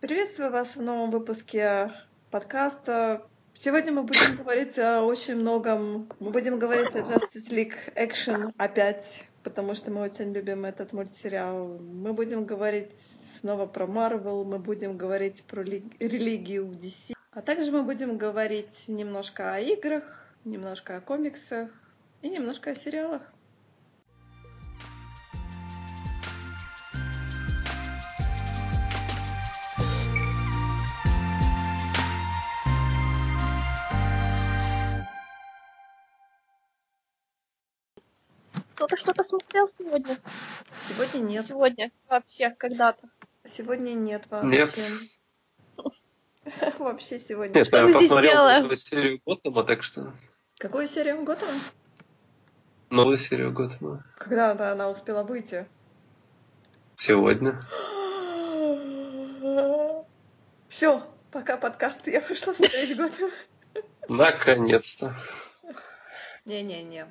Приветствую вас в новом выпуске подкаста. Сегодня мы будем говорить о очень многом. Мы будем говорить о Justice League Action опять, потому что мы очень любим этот мультсериал. Мы будем говорить снова про Marvel, мы будем говорить про религию в DC. А также мы будем говорить немножко о играх, немножко о комиксах и немножко о сериалах. Кто-то что-то смотрел сегодня? Сегодня нет. Сегодня вообще, когда-то. Сегодня нет вообще. Нет. Вообще сегодня. Нет, Что я мы здесь посмотрел делаем? новую серию Готэма, так что... Какую серию Готэма? Новую серию Готэма. Когда она успела выйти? Сегодня. Все, пока подкаст, я пошла смотреть Готэм. Наконец-то. Не.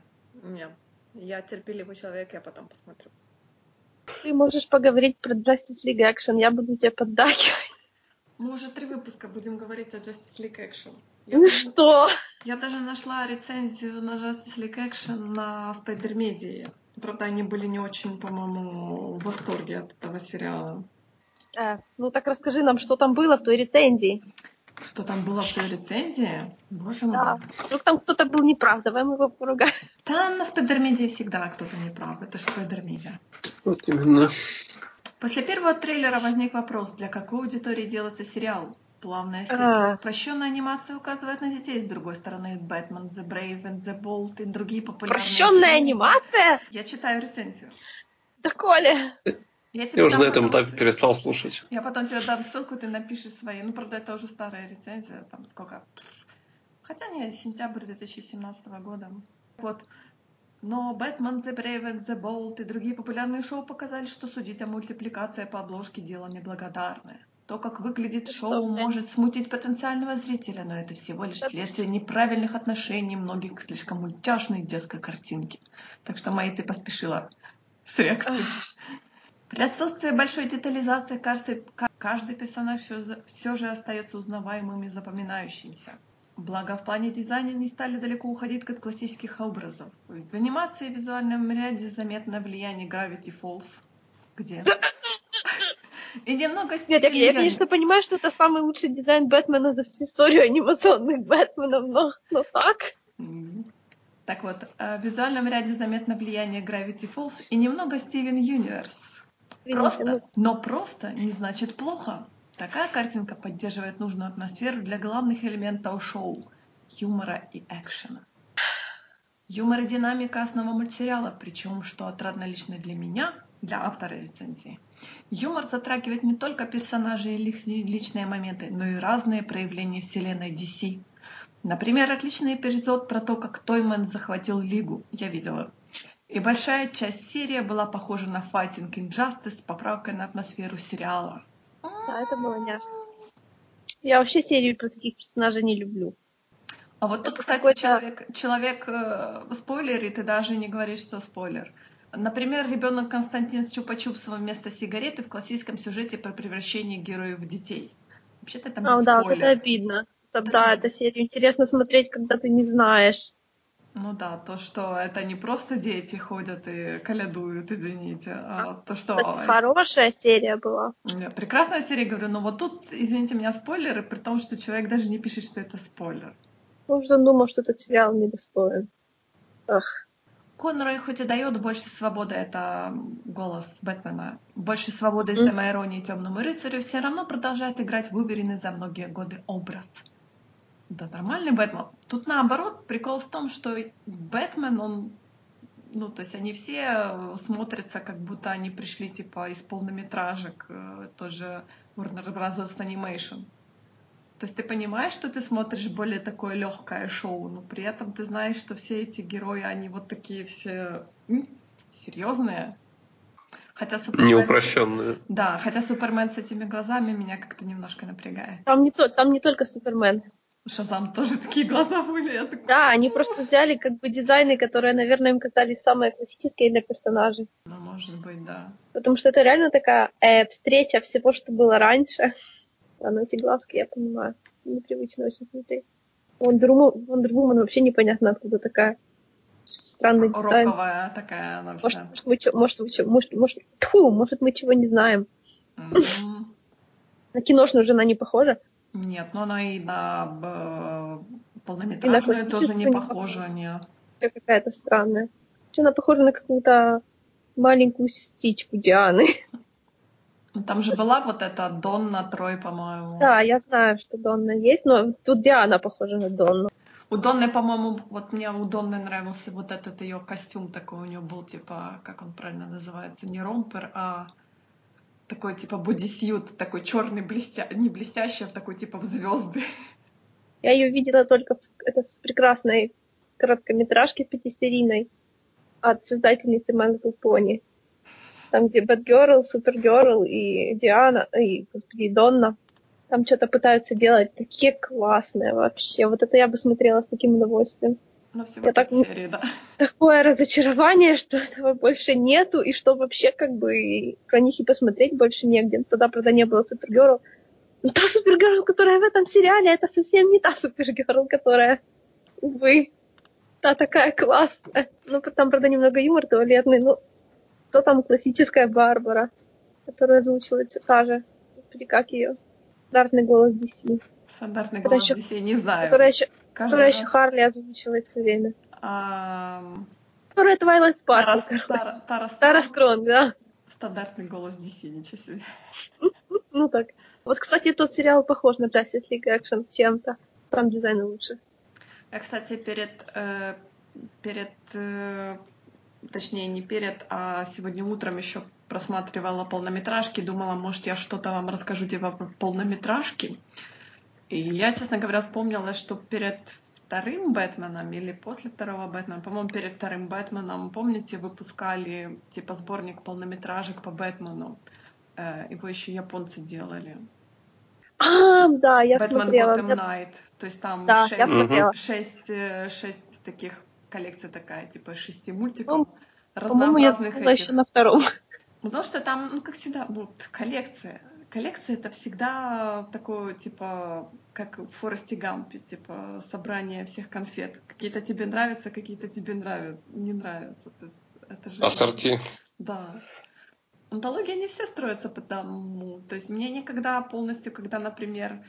Я терпеливый человек, я потом посмотрю. Ты можешь поговорить про Justice League Action, я буду тебе поддакивать. Мы уже 3 выпуска будем говорить о Justice League Action. Что? Я даже нашла рецензию на Justice League Action на Spider-Media. Правда, они были не очень, по-моему, в восторге от этого сериала. Ну так расскажи нам, что там было в той рецензии. Что там было в той рецензии? Боже мой. Да. Вдруг там кто-то был неправ, давай мы его поругаем. Там на Spider-Media всегда кто-то не прав. Это же Spider-Media. Вот именно. После первого трейлера возник вопрос, для какой аудитории делается сериал. Плавная сеть упрощенная анимация указывает на детей. С другой стороны, Batman, The Brave and the Bold и другие популярные Упрощенная шоу. анимация? Я читаю рецензию. Да, Коля. Я уже на этом этапе перестал слушать. Я потом тебе дам ссылку, ты напишешь свои. Ну, правда, это уже старая рецензия. Там сколько? Хотя не, сентябрь 2017 года. Вот. Но Batman, The Brave and the Bold и другие популярные шоу показали, что судить о мультипликации по обложке дело неблагодарное. То, как выглядит шоу, может смутить потенциального зрителя, но это всего лишь следствие неправильных отношений многих к слишком мультяшной детской картинке. Так что, Майя, ты поспешила с реакцией. При отсутствии большой детализации, кажется, каждый персонаж все же остается узнаваемым и запоминающимся. Благо, в плане дизайна не стали далеко уходить от классических образов. В анимации и визуальном ряде заметно влияние Gravity Falls. Где? И немного Нет, я, конечно, понимаю, что это самый лучший дизайн Бэтмена за всю историю анимационных Бэтменов, но так? Так вот, в визуальном ряде заметно влияние Gravity Falls и немного Steven Universe. Но просто не значит плохо. Такая картинка поддерживает нужную атмосферу для главных элементов шоу – юмора и экшена. Юмор и динамика – основа мультсериала, причем, что отрадно лично для меня, для автора рецензии. Юмор затрагивает не только персонажей и их личные моменты, но и разные проявления вселенной DC. Например, отличный эпизод про то, как Тоймен захватил Лигу, я видела. И большая часть серии была похожа на Fighting Injustice с поправкой на атмосферу сериала. Да, это было няшно. Я вообще серию про таких персонажей не люблю. А вот тут, кстати, человек спойлерит и даже не говорит, что спойлер. Например, ребенок Константин с Чупа-Чупсом вместо сигареты в классическом сюжете про превращение героев в детей. Вообще-то это был да, спойлер. это обидно. Да, эту серию интересно смотреть, когда ты не знаешь. Ну да, то, что это не просто дети ходят и колядуют, извините, а то, что... Кстати, хорошая серия была. Прекрасная серия, говорю, но вот тут, извините меня, спойлеры, при том, что человек даже не пишет, что это спойлер. Уже думал, что этот сериал недостоин. Конрой хоть и дает больше свободы, это голос Бэтмена, больше свободы и самоиронии Темному рыцарю, все равно продолжает играть выверенный за многие годы образ. Да, нормальный Бэтмен. Тут наоборот, прикол в том, что Бэтмен, он, то есть они все смотрятся, как будто они пришли типа из полнометражек, тоже Warner Bros. Animation. То есть ты понимаешь, что ты смотришь более такое легкое шоу, но при этом ты знаешь, что все эти герои, они вот такие все серьезные. Хотя Супермен... Неупрощенные. Да, хотя Супермен с этими глазами меня как-то немножко напрягает. Там не только Супермен. Шазам тоже такие глаза были. Да, они просто взяли как бы дизайны, которые, наверное, им казались самые классические для персонажей. Ну, может быть, да. Потому что это реально такая встреча всего, что было раньше. Да, но эти глазки, я понимаю, непривычно очень смотреть. Wonder Woman вообще непонятно откуда такая. Странный дизайн. Роковая такая она вся. Может, мы чего не знаем. М. На киношную жена не похожа. Нет, но она и на И на полнометражную тоже не классическую не похожа, похожа. нет. Вообще какая-то странная. Вообще она похожа на какую-то маленькую сестричку Дианы. Ну, там же была вот эта Донна Трой, по-моему. Да, я знаю, что Донна есть, но тут Диана похожа на Донну. У Донны, по-моему, вот мне у Донны нравился вот этот ее костюм такой у нее был, типа, как он правильно называется, не ромпер, а такой типа бодисьют, такой черный, не блестящий, а такой типа в звезды. Я ее видела только с прекрасной короткометражки пятисерийной от создательницы My Little Pony. Там, где Бэтгерл, Супергерл и Диана, и Донна. Там что-то пытаются делать такие классные вообще. Вот это я бы смотрела с таким удовольствием. Но всего Я 5 серий, да. такое разочарование, что этого больше нету, и что вообще как бы про них и посмотреть больше негде. Тогда, правда, не было Супергерл. Но та Супергерл, которая в этом сериале, это совсем не та Супергерл, которая, увы, та такая классная. Ну, там, правда, немного юмор туалетный, но кто там классическая Барбара, которая озвучивает все та же. Господи, как ее? Стандартный голос DC. Стандартный Которая голос еще, DC, не знаю. которая еще, Каждый которая еще раз. Харли озвучивает все время. Ам, Которая Твайлайт Тара, Спаркл, короче. Тара Тара Стронг. Стронг, да. Стандартный голос DC, ничего себе. Ну так. Вот, кстати, тот сериал похож на Justice League Action чем-то. Там дизайн лучше. Я, кстати, точнее, не перед, а сегодня утром еще просматривала полнометражки, думала, может, я что-то вам расскажу типа про полнометражки. И я, честно говоря, вспомнила, что перед вторым Бэтменом или после второго Бэтмена, по-моему, перед вторым Бэтменом, помните, выпускали типа сборник полнометражек по Бэтмену. Его еще японцы делали. Да, я Бэтмен смотрела. Готэм Найт. То есть там Да, я смотрела. шесть таких коллекций такая, типа 6 мультиков Ну, по-моему, я разнообразных заснула еще этих. на втором. Потому что там, ну, как всегда, вот коллекция. Коллекция — это всегда такое, типа, как в Форесте Гампе, типа, собрание всех конфет. Какие-то тебе нравятся, какие-то тебе не нравятся. То есть это же... Ассорти. Да. Антологии не все строятся по тому. То есть мне никогда полностью, когда, например,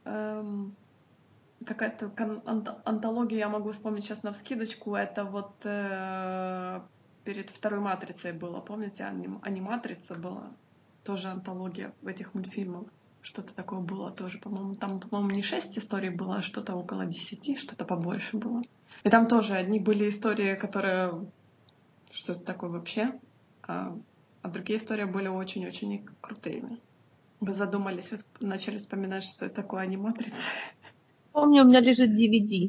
какая-то антологию я могу вспомнить сейчас навскидочку, это вот перед второй «Матрицей» было, помните, аниматрица была, тоже антология в этих мультфильмах. Что-то такое было тоже, по-моему. Там, по-моему, не 6 историй было, а что-то около 10, что-то побольше было. И там тоже одни были истории, которые... Что это такое вообще? А другие истории были очень-очень крутыми. Вы задумались, вот начали вспоминать, что это такое аниматрица. Помню, у меня лежит DVD.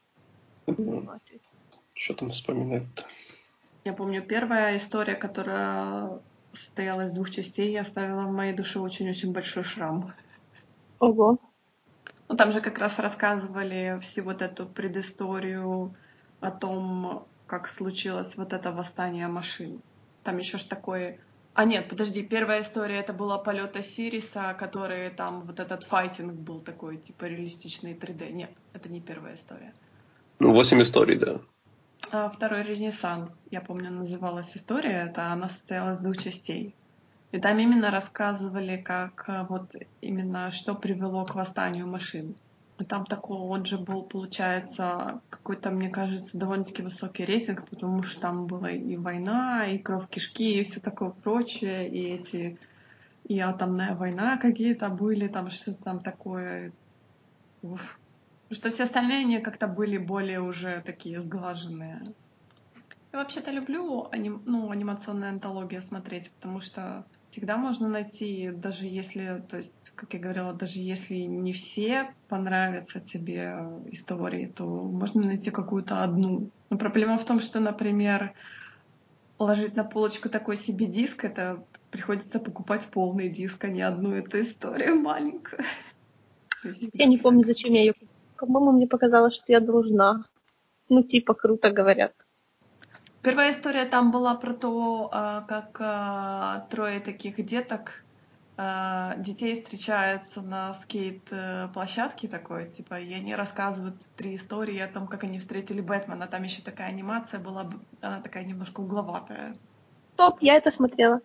Что там вспоминать-то? Я помню, первая история, которая состояла из 2 частей, оставила в моей душе очень-очень большой шрам. Ого. Ну, там же как раз рассказывали всю вот эту предысторию о том, как случилось вот это восстание машин. Там еще ж такой... А нет, подожди, первая история это была полета Сириса, который там вот этот файтинг был такой, типа реалистичный 3D. Нет, это не первая история. 8 историй, да. Второй Ренессанс, я помню, называлась история, это она состояла из 2 частей. И там именно рассказывали, как вот именно что привело к восстанию машин. И там такой он же был, получается, какой-то, мне кажется, довольно-таки высокий рейтинг, потому что там была и война, и кровь кишки, и все такое прочее, и атомная война какие-то были, там что-то там такое. Уф. Потому что все остальные они как-то были более уже такие сглаженные. Я вообще-то люблю анимационные антологии смотреть, потому что всегда можно найти, даже если, то есть, как я говорила, даже если не все понравятся тебе истории, то можно найти какую-то одну. Но проблема в том, что, например, ложить на полочку такой себе диск, это приходится покупать полный диск, а не одну эту историю маленькую. Я не помню, зачем я ее купила. По-моему, мне показалось, что я должна. Ну, типа, круто говорят. Первая история там была про то, как 3 таких деток детей встречаются на скейт-площадке такой, типа, и они рассказывают 3 истории о том, как они встретили Бэтмена. Там еще такая анимация была, она такая немножко угловатая. Стоп, я это смотрела.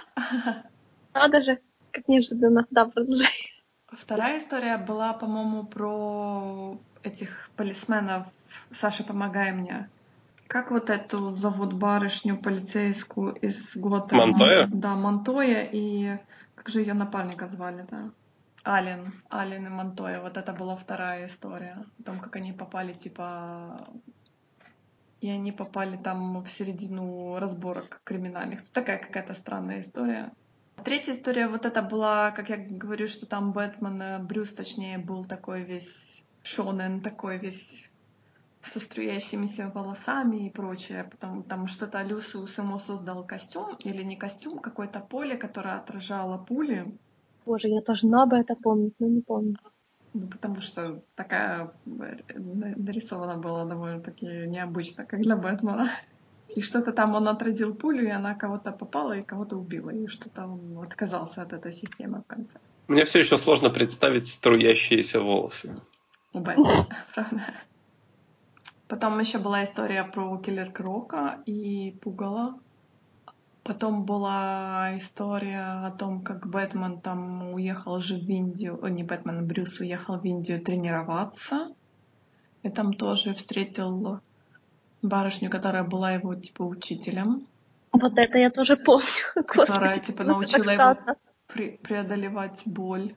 Надо же, как неожиданно. Да, продолжай. Вторая история была, по-моему, про этих полисменов. Саша, помогай мне. Как вот эту зовут барышню полицейскую из Готэма? Монтоя? Да, Монтоя, и как же ее напарника звали, да? Ален и Монтоя. Вот это была вторая история. О том, как они попали, типа... И они попали там в середину разборок криминальных. Такая какая-то странная история. Третья история, вот это была, как я говорю, что там Бэтмен, Брюс, точнее, был такой весь шонен, такой весь со струящимися волосами и прочее. Потом там что-то Люциус ему создал костюм, или не костюм, какое-то поле, которое отражало пули. Боже, я должна бы это помнить, но не помню. Ну, потому что такая нарисована была довольно-таки необычно, как для Бэтмена. И что-то там он отразил пулю, и она кого-то попала и кого-то убила. И что-то он отказался от этой системы в конце. Мне все еще сложно представить струящиеся волосы. У Бэтмена, правда. Потом еще была история про Киллер Крока и Пугало. Потом была история о том, как Бэтмен там уехал же в Индию, не Бэтмен, а Брюс уехал в Индию тренироваться. И там тоже встретил барышню, которая была его типа учителем, Вот это я тоже помню. которая Господи, типа это так научила его странно. преодолевать боль.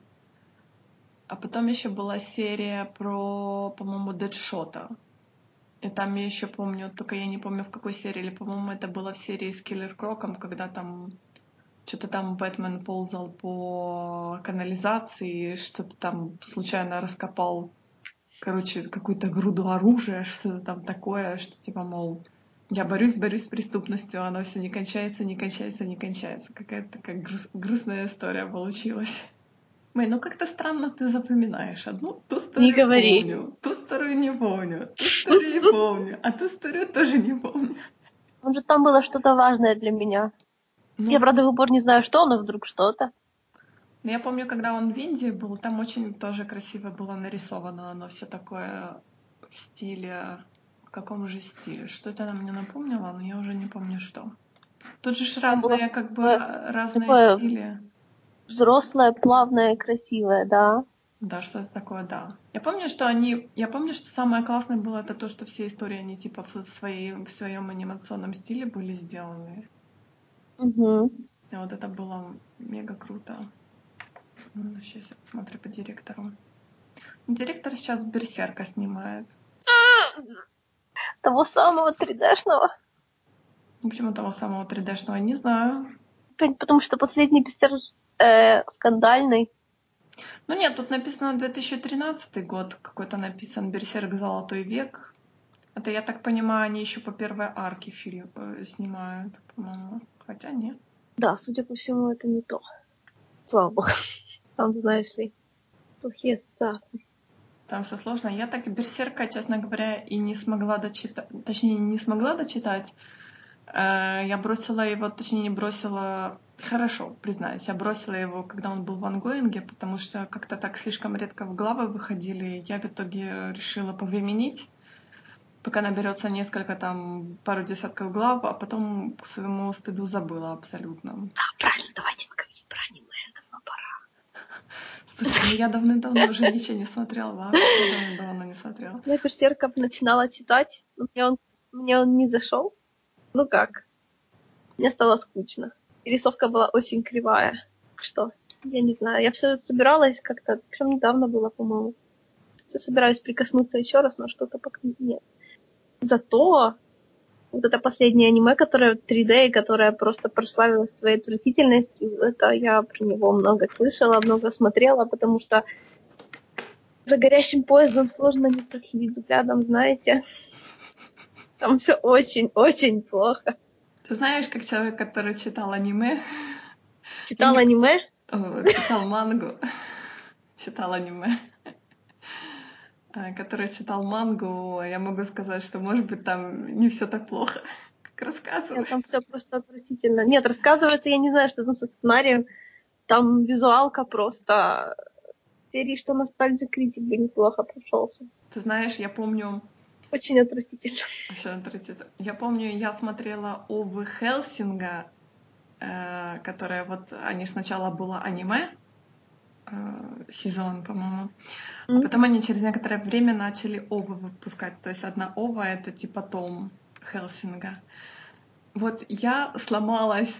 А потом еще была серия про, по-моему, Дэдшота. И там я еще помню, только я не помню в какой серии, или, по-моему, это было в серии с Киллер Кроком, когда там что-то там Бэтмен ползал по канализации, что-то там случайно раскопал, короче, какую-то груду оружия, что-то там такое, что типа, мол, я борюсь с преступностью, а оно все не кончается, не кончается, не кончается. Какая-то такая грустная история получилась. Мэй, ну как-то странно ты запоминаешь. Одну ту Не историю говори. помню, ту историю не помню, ту историю не помню, а ту историю тоже не помню. Может, там было что-то важное для меня. Я, Ну, правда, в упор не знаю, что, но вдруг что-то. я помню, когда он в Индии был, там очень тоже красиво было нарисовано. Оно все такое в стиле... В каком же стиле? Что это она мне напомнило, но я уже не помню что. Тут же ж Там было разные, как бы, такое, разные такое стили. взрослое, плавное, красивое, да. Да, что-то такое, да. Я помню, что они... Я помню, что самое классное было это то, что все истории, они типа в своем анимационном стиле были сделаны. Угу. И вот это было мега круто. Сейчас я посмотрю по директору. Директор сейчас Берсерка снимает. Того самого 3D-шного. Почему того самого 3D-шного, не знаю. Потому что последний пистер скандальный. Ну нет, тут написано 2013 год, какой-то написан «Берсерк. Золотой век». Это, я так понимаю, они еще по первой арке фильм снимают, по-моему. Хотя нет. Да, судя по всему, это не то. Слава богу. Там, знаешь ли, плохие ассоциации. Там все сложно. Я так «Берсерка», честно говоря, и не смогла дочитать. Точнее, не смогла дочитать. Я бросила его, точнее, не бросила... Хорошо, признаюсь, я бросила его, когда он был в ангоинге, потому что как-то так слишком редко в главы выходили. Я в итоге решила повременить, пока наберется несколько там, пару десятков глав, а потом к своему стыду забыла абсолютно. Да, правильно, давайте поговорим про аниме. Давно пора. Слушай, ну я давным-давно уже ничего не смотрела, вообще давно не смотрела. Я Берсерка начинала читать, но мне он не зашел. Ну как? Мне стало скучно. И рисовка была очень кривая. Что? Я не знаю. Я все собиралась как-то, прям недавно было, по-моему. Все собираюсь прикоснуться еще раз, но что-то пока нет. Зато вот это последнее аниме, которое 3D, и которое просто прославилось своей отвратительностью, это я про него много слышала, много смотрела, потому что за горящим поездом сложно не проследить взглядом, знаете. Там все очень-очень плохо. Ты знаешь, как человек, который читал аниме, я Читал не... аниме? читал мангу, читал аниме, который читал мангу, я могу сказать, что, может быть, там не все так плохо, как Нет, рассказывают. там все просто отвратительно. Нет, рассказывается, я не знаю, что там со сценарием. Там визуалка просто серии, что Nostalgia Critic бы неплохо прошелся. Ты знаешь, я помню... Очень отвратительно. Я помню, я смотрела Овы Хелсинга, которая вот... Они сначала было аниме, сезон, по-моему. А потом они через некоторое время начали овы выпускать. То есть одна ова — это типа том Хелсинга. Вот я сломалась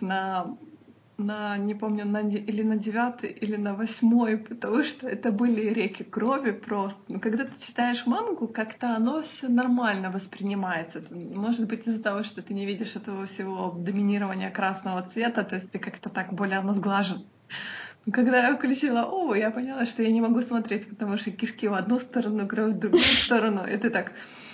не помню, или на 9 или на 8, потому что это были реки крови просто. Но когда ты читаешь мангу, как-то оно все нормально воспринимается. Может быть, из-за того, что ты не видишь этого всего доминирования красного цвета, то есть ты как-то так более оно сглажен. Когда я включила Ову, я поняла, что я не могу смотреть, потому что кишки в одну сторону, кровь в другую сторону. Это так...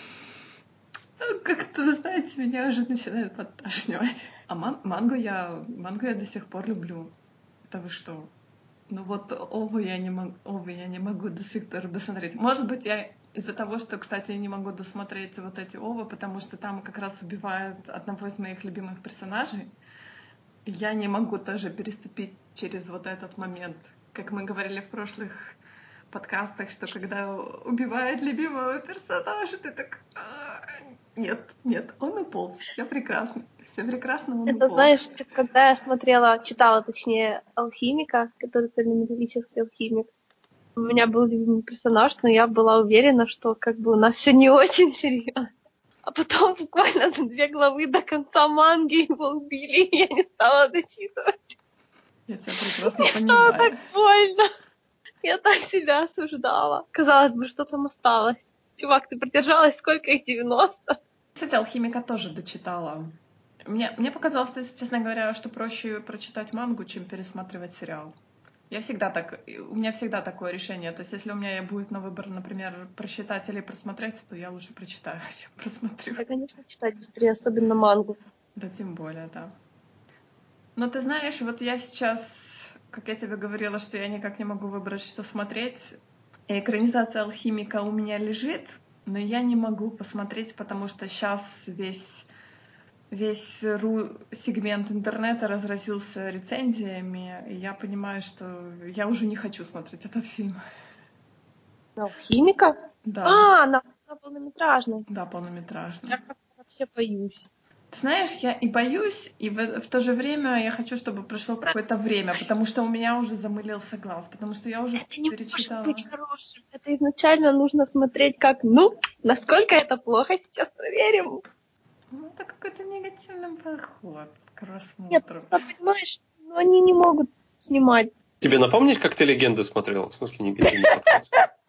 Как-то, вы знаете, меня уже начинает подташнивать. А мангу я до сих пор люблю. Это вы что? Ну вот Ову я не могу до сих пор досмотреть. Может быть, я из-за того, что, кстати, я не могу досмотреть вот эти Овы, потому что там как раз убивают одного из моих любимых персонажей. Я не могу тоже переступить через вот этот момент. Как мы говорили в прошлых подкастах, что когда убивают любимого персонажа, ты так... Нет, он уполз, все прекрасно, он Это, уполз. знаешь, когда я читала, точнее, «Алхимика», который цельнометаллический алхимик, у меня был любимый персонаж, но я была уверена, что как бы у нас все не очень серьезно. А потом буквально за 2 главы до конца манги его убили, и я не стала дочитывать. Я тебя прекрасно Мне понимаю. стало так больно. Я так себя осуждала. Казалось бы, что там осталось. Чувак, ты продержалась сколько их? 90? Кстати, «Алхимика» тоже дочитала. Мне показалось, если честно говоря, что проще прочитать мангу, чем пересматривать сериал. У меня всегда такое решение. То есть, если у меня будет на выбор, например, прочитать или просмотреть, то я лучше прочитаю, чем просмотрю. Я, конечно, читать быстрее, особенно мангу. Да, тем более, да. Но ты знаешь, вот я сейчас, как я тебе говорила, что я никак не могу выбрать, что смотреть. И экранизация «Алхимика» у меня лежит, но я не могу посмотреть, потому что сейчас весь сегмент интернета разразился рецензиями, и я понимаю, что я уже не хочу смотреть этот фильм. «Алхимика»? Да, На полнометражный. да, полнометражный. Я как-то вообще боюсь. Ты знаешь, я и боюсь, и в то же время я хочу, чтобы прошло какое-то время, потому что у меня уже замылился глаз, потому что я уже Это не перечитала. может быть хорошим. Это изначально нужно смотреть как, насколько это плохо, сейчас проверим. Ну, это какой-то негативный подход к Нет, просмотру. просто понимаешь, они не могут снимать. Тебе напомнить, как ты «Легенды» смотрел? В смысле, негативный подход.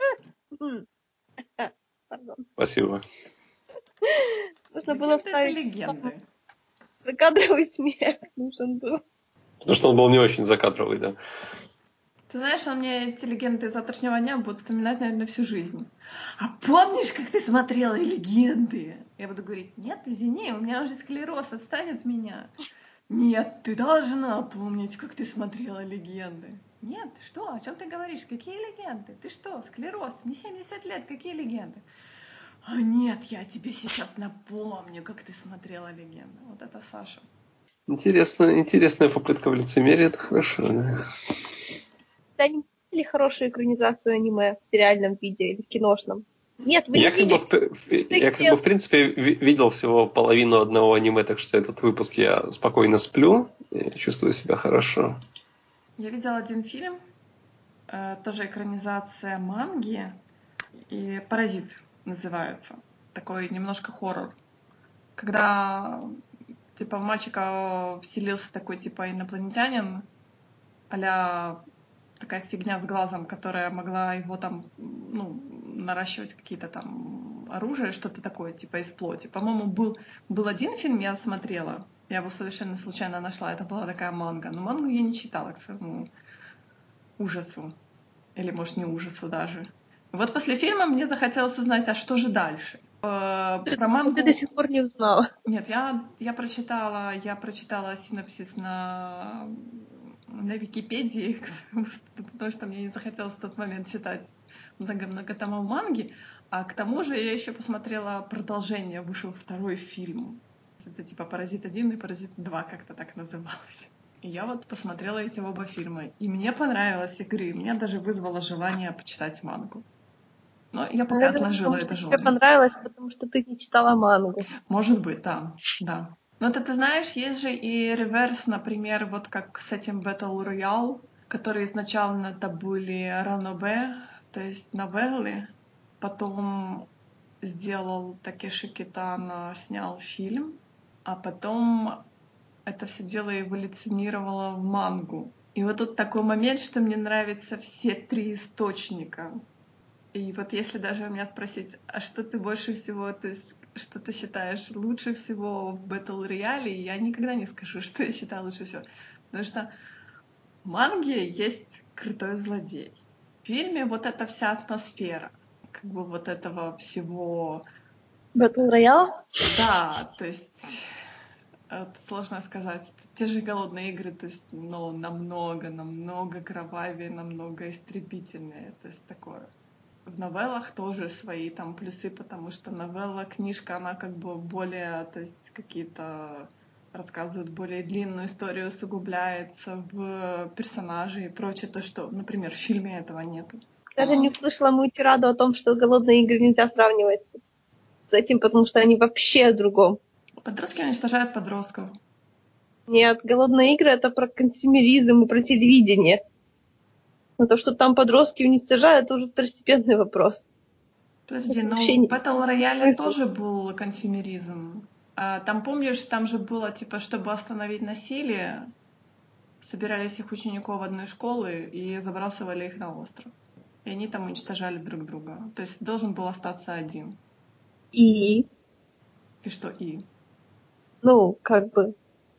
Пардон. Спасибо. Нужно было Легенды — это вставить легенды. закадровый смех. Нужен был. Потому что он был не очень закадровый, да. Ты знаешь, он мне эти легенды завтрашнего дня будут вспоминать, наверное, всю жизнь. А помнишь, как ты смотрела легенды? Я буду говорить: нет, извини, у меня уже склероз, отстань от меня. Нет, ты должна помнить, как ты смотрела легенды. Нет, что? О чем ты говоришь? Какие легенды? Ты что, склероз? Мне 70 лет, какие легенды? А нет, я тебе сейчас напомню, как ты смотрела легенды. Вот это Саша. Интересная попытка в лицемерие, это хорошо, да. Да не видели хорошую экранизацию аниме в сериальном виде или в киношном? Нет, вы не Я видели. в принципе, видел всего половину одного аниме, так что этот выпуск я спокойно сплю и чувствую себя хорошо. Я видела один фильм, тоже экранизация манги, и «Паразит» называется. Такой немножко хоррор. Когда типа в мальчика вселился такой типа инопланетянин, а-ля такая фигня с глазом, которая могла его там, наращивать какие-то там оружия, что-то такое, типа из плоти. По-моему, был один фильм, я смотрела, я его совершенно случайно нашла, это была такая манга. Но мангу я не читала, к своему ужасу. Или, может, не ужасу даже. Вот после фильма мне захотелось узнать, а что же дальше. Про мангу... Ты до сих пор не узнала. Нет, я прочитала синопсис на Википедии, потому что мне не захотелось в тот момент читать много томов манги. А к тому же я еще посмотрела продолжение, вышел второй фильм. Это типа «Паразит 1» и «Паразит 2», как-то так называлось. И я вот посмотрела эти оба фильма. И мне понравилось, и говорю, и меня даже вызвало желание почитать мангу. Но я пока Наверное, отложила потому что это тебе желание. понравилось, потому что ты не читала мангу. Может быть, да, да. Но это, ты знаешь, есть же и реверс, например, вот как с этим Battle Royale, которые изначально это были ранобэ, то есть новеллы. Потом сделал Такеши Китано, снял фильм, а потом это все дело эволюционировало в мангу. И вот тут такой момент, что мне нравятся все три источника. И вот если даже у меня спросить, а что ты больше всего, что ты считаешь лучше всего в Battle Royale, я никогда не скажу, что я считаю лучше всего. Потому что в манге есть крутой злодей. В фильме вот эта вся атмосфера, как бы вот этого всего. Battle Royale? Да, то есть это сложно сказать. Те же голодные игры, то есть, но намного кровавее, намного истребительнее. То есть такое. В новеллах тоже свои там плюсы, потому что новелла, книжка, она как бы более, то есть какие-то рассказывают более длинную историю, усугубляется в персонажей и прочее, то, что, например, в фильме этого нету. Даже не услышала мою тираду о том, что голодные игры нельзя сравнивать с этим, потому что они вообще о другом. Подростки уничтожают подростков. Нет, голодные игры — это про консюмеризм и про телевидение. Но то, что там подростки уничтожают, это уже второстепенный вопрос. Подожди, Это но вообще в Battle не Royale смысл. тоже был консюмеризм. Там, помнишь, там же было, типа, чтобы остановить насилие, собирали всех учеников одной школы и забрасывали их на остров. И они там уничтожали друг друга. То есть должен был остаться один. И, И что и? ну, как бы,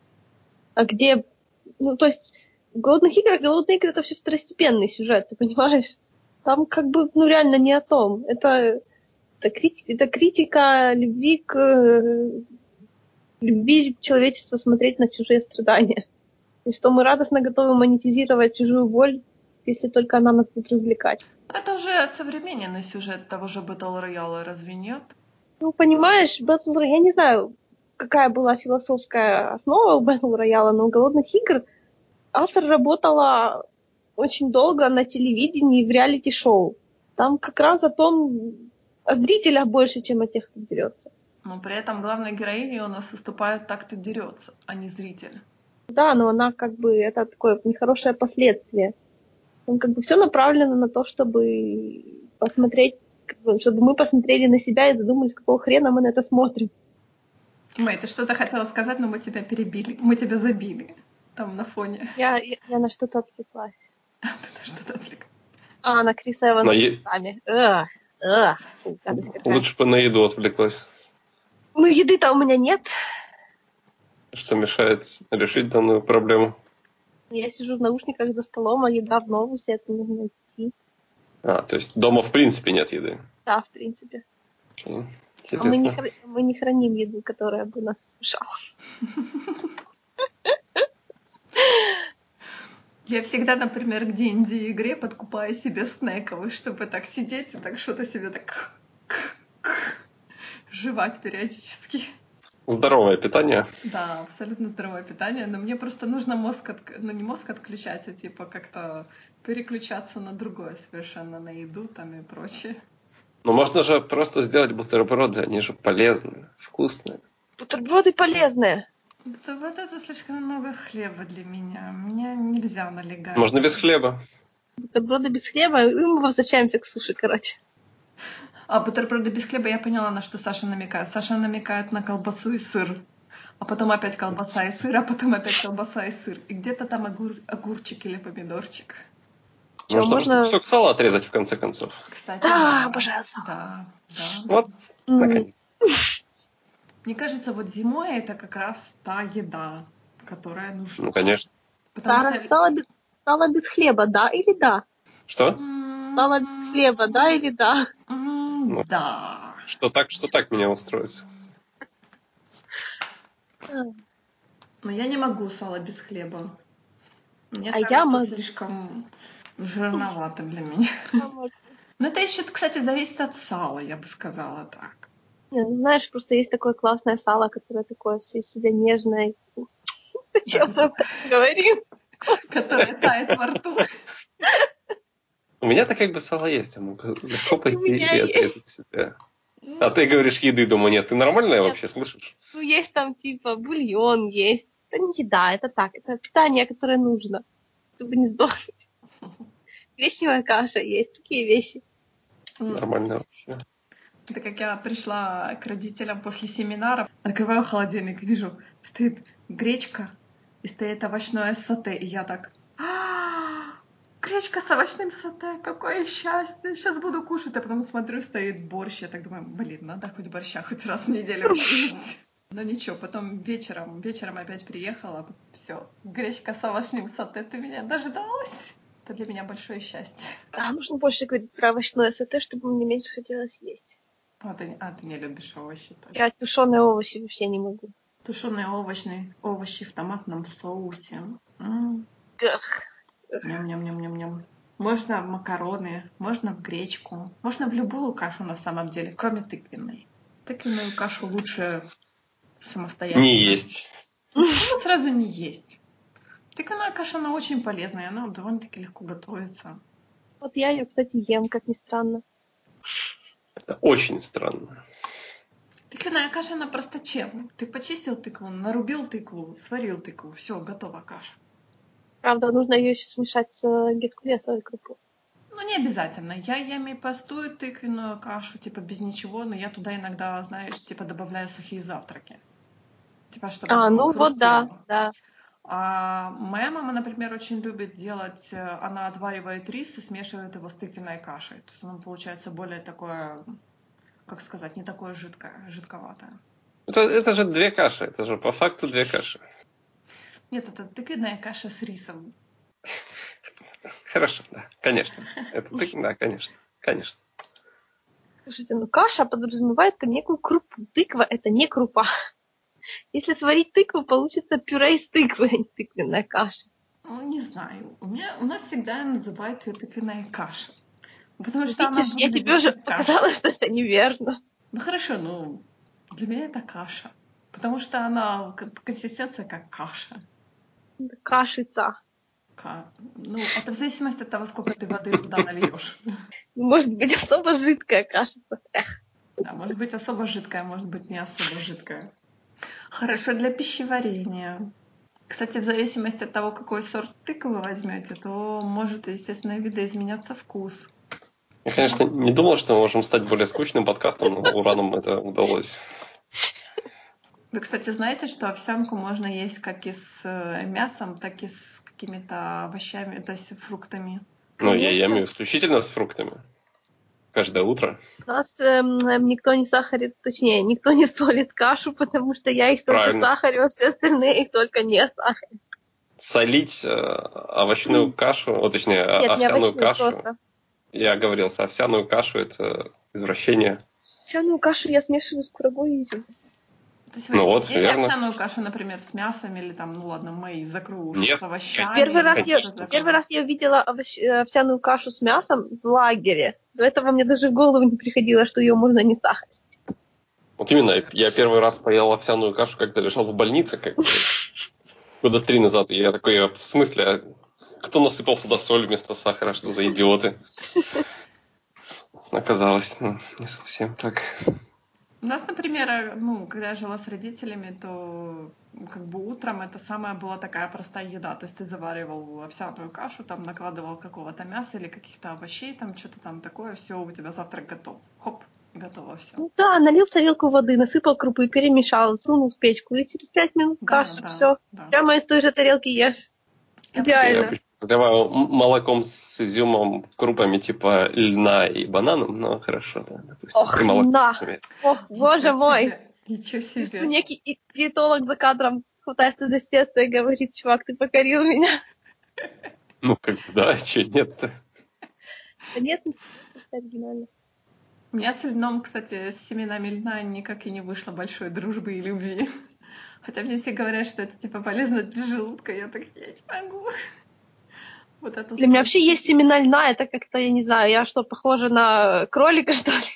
а где... Ну, то есть, в голодных играх голодные игры — это все второстепенный сюжет, ты понимаешь? Там как бы, ну, реально не о том. Это критика любви к любви человечества смотреть на чужие страдания. И что мы радостно готовы монетизировать чужую боль, если только она нас будет развлекать. Это уже современный сюжет того же Battle Royale, разве нет? Ну, понимаешь, Battle Royale, я не знаю, какая была философская основа у Battle Royale, но у голодных игр автор работала очень долго на телевидении и в реалити-шоу. Там как раз о зрителях больше, чем о тех, кто дерется. Но при этом главной героиней у нас выступает так, кто дерется, а не зритель. Да, но она как бы, это такое нехорошее последствие. Там как бы все направлено на то, чтобы посмотреть, чтобы мы посмотрели на себя и задумались, какого хрена мы на это смотрим. Мэй, ты что-то хотела сказать, но мы тебя перебили. Мы тебя забили. Там на фоне. Я на что-то отвлеклась. Ты на что-то отвлеклась. На Криса Эванса с усами. Фу, гадость какая. Лучше бы на еду отвлеклась. Ну, еды-то у меня нет. Что мешает решить данную проблему? Я сижу в наушниках за столом, а еда в новусе, это нужно идти. То есть дома в принципе нет еды. Да, в принципе. Окей. А мы Интересно. не храним еду, которая бы нас смешала. Я всегда, например, к D&D игре подкупаю себе снековый, чтобы так сидеть и так что-то себе так жевать периодически. Здоровое питание. Да, абсолютно здоровое питание, но мне просто нужно мозг, ну не мозг отключать, а типа как-то переключаться на другое совершенно, на еду там и прочее. Но можно же просто сделать бутерброды, они же полезные, вкусные. Бутерброды полезные. Вот это слишком много хлеба для меня. Меня нельзя налегать. Можно без хлеба. Бутерброды без хлеба, и мы возвращаемся к суши, короче. А бутерброды без хлеба, я поняла, на что Саша намекает. Саша намекает на колбасу и сыр. А потом опять колбаса и сыр, а потом опять колбаса и сыр. И где-то там огурчик или помидорчик. Можно просто кусок сала отрезать в конце концов. Кстати, Да, да. обожаю сало. Да, да. Вот, наконец. Мне кажется, вот зимой это как раз та еда, которая нужна. Ну, конечно. Потому что... Сало без хлеба, да или да? Что? Сало без хлеба, да или да? Ну, Да. что так меня устроит. Но я не могу сало без хлеба. Мне А я кажется, могу. слишком жирновато для меня. Но это еще, кстати, зависит от сала, я бы сказала так. Не, ну, знаешь, просто есть такое классное сало, которое такое все из себя нежное. Зачем мы об этом говорим? Которая тает во рту. У меня-то как бы сало есть, я могу легко У пойти меня и есть. отрезать себя. А ты говоришь еды, думаю, нет, ты нормальная Нет. вообще, слышишь? Ну, есть там, типа, бульон есть. Это не еда, это так, это питание, которое нужно, чтобы не сдохнуть. Гречневая каша есть, такие вещи. Нормально вообще. Это как я пришла к родителям после семинара, открываю холодильник, вижу, стоит гречка и стоит овощное сате, и я так: гречка с овощным сате, какое счастье, сейчас буду кушать. А потом смотрю, стоит борщ, я так думаю, блин, надо хоть борща хоть раз в неделю поесть. Но ничего, потом вечером опять приехала, все, гречка с овощным сате, ты меня дождалась. Это для меня большое счастье. Да, нужно больше говорить про овощное сате, чтобы мне меньше хотелось есть. Ты не любишь овощи тоже. Я тушеные овощи вообще не могу. Тушеные овощи в томатном соусе. Эх. Ням-ням-ням-ням-ням. Можно в макароны, можно в гречку, можно в любую кашу на самом деле, кроме тыквенной. Тыквенную кашу лучше самостоятельно. Не есть. Почему сразу не есть? Тыквенная каша, она очень полезная, она довольно-таки легко готовится. Вот я ее, кстати, ем, как ни странно. Это очень странно. Тыквенная каша, она просто чем? Ты почистил тыкву, нарубил тыкву, сварил тыкву, все, готова каша. Правда, нужно ее еще смешать с геркулесовой крупой. Ну, не обязательно. Я ем и простую тыквенную кашу, типа без ничего, но я туда иногда, знаешь, типа добавляю сухие завтраки. Типа, чтобы Ну вот да, хрустело. да. А моя мама, например, очень любит делать, она отваривает рис и смешивает его с тыквенной кашей. То есть оно получается более такое, как сказать, не такое жидкое, жидковатое. Это же две каши, это же по факту две каши. Нет, это тыквенная каша с рисом. Хорошо, да, конечно. Да, конечно, конечно. Слушайте, каша подразумевает некую крупу. Тыква – это не крупа. Если сварить тыкву, получится пюре из тыквы, а не тыквенная каша. Ну, не знаю. У нас всегда называют ее тыквенная каша. Потому что она Видишь, я тебе выглядит уже как каша. показала, что это неверно. Ну хорошо, для меня это каша. Потому что она консистенция как каша. Кашица. Это в зависимости от того, сколько ты воды туда нальешь. Может быть, особо жидкая кашица. Да, может быть особо жидкая, может быть не особо жидкая. Хорошо для пищеварения. Кстати, в зависимости от того, какой сорт тыквы вы возьмете, то может, естественно, видоизменяться вкус. Я, конечно, не думал, что мы можем стать более скучным подкастом, но ураном это удалось. Вы, кстати, знаете, что овсянку можно есть как и с мясом, так и с какими-то овощами, то есть фруктами. Ну, я Конечно. ем исключительно с фруктами. Каждое утро. У нас никто не сахарит, точнее, никто не солит кашу, потому что я их только Правильно. сахарю, а все остальные их только не сахарят. Солить овощную кашу, точнее, Нет, не овсяную овощную, кашу. просто. Я говорил, овсяную кашу это извращение. Овсяную кашу я смешиваю с курагой и изюмом. То есть вы Ну не вот, едите верно. овсяную кашу, например, с мясом или там, ну ладно, мы закрою уж Нет, с овощами Первый или раз, что-то такое. первый раз я увидела овсяную кашу с мясом в лагере. До этого мне даже в голову не приходило, что ее можно не сахарить. Вот именно, я первый раз поел овсяную кашу, когда лежал в больнице, как бы, года 3 назад. И я такой, в смысле, кто насыпал сюда соль вместо сахара, что за идиоты? Оказалось, не совсем так. У нас, например, когда я жила с родителями, то как бы утром это самая была такая простая еда. То есть ты заваривал овсяную кашу, там накладывал какого-то мяса или каких-то овощей, там что-то там такое, все, у тебя завтрак готов. Хоп, готово все. Ну да, налил в тарелку воды, насыпал крупы, перемешал, сунул в печку, и через 5 минут каша, все. Да. Прямо из той же тарелки ешь. Идеально. Я заливаю молоком с изюмом, крупами типа льна и бананом, но хорошо, да, допустим. Ох, И молоко, на! разумеется. Ох, боже мой! Ничего Чувствую, себе. некий диетолог за кадром хватается за сердце и говорит: чувак, ты покорил меня. Ну, как бы, да, че нет-то. Да нет, ничего, просто оригинально. У меня с льном, кстати, с семенами льна никак и не вышло большой дружбы и любви. Хотя мне все говорят, что это типа полезно для желудка, я так, я не могу. Вот это Для меня вообще есть семена льна, это как-то, я не знаю, я что, похожа на кролика, что ли?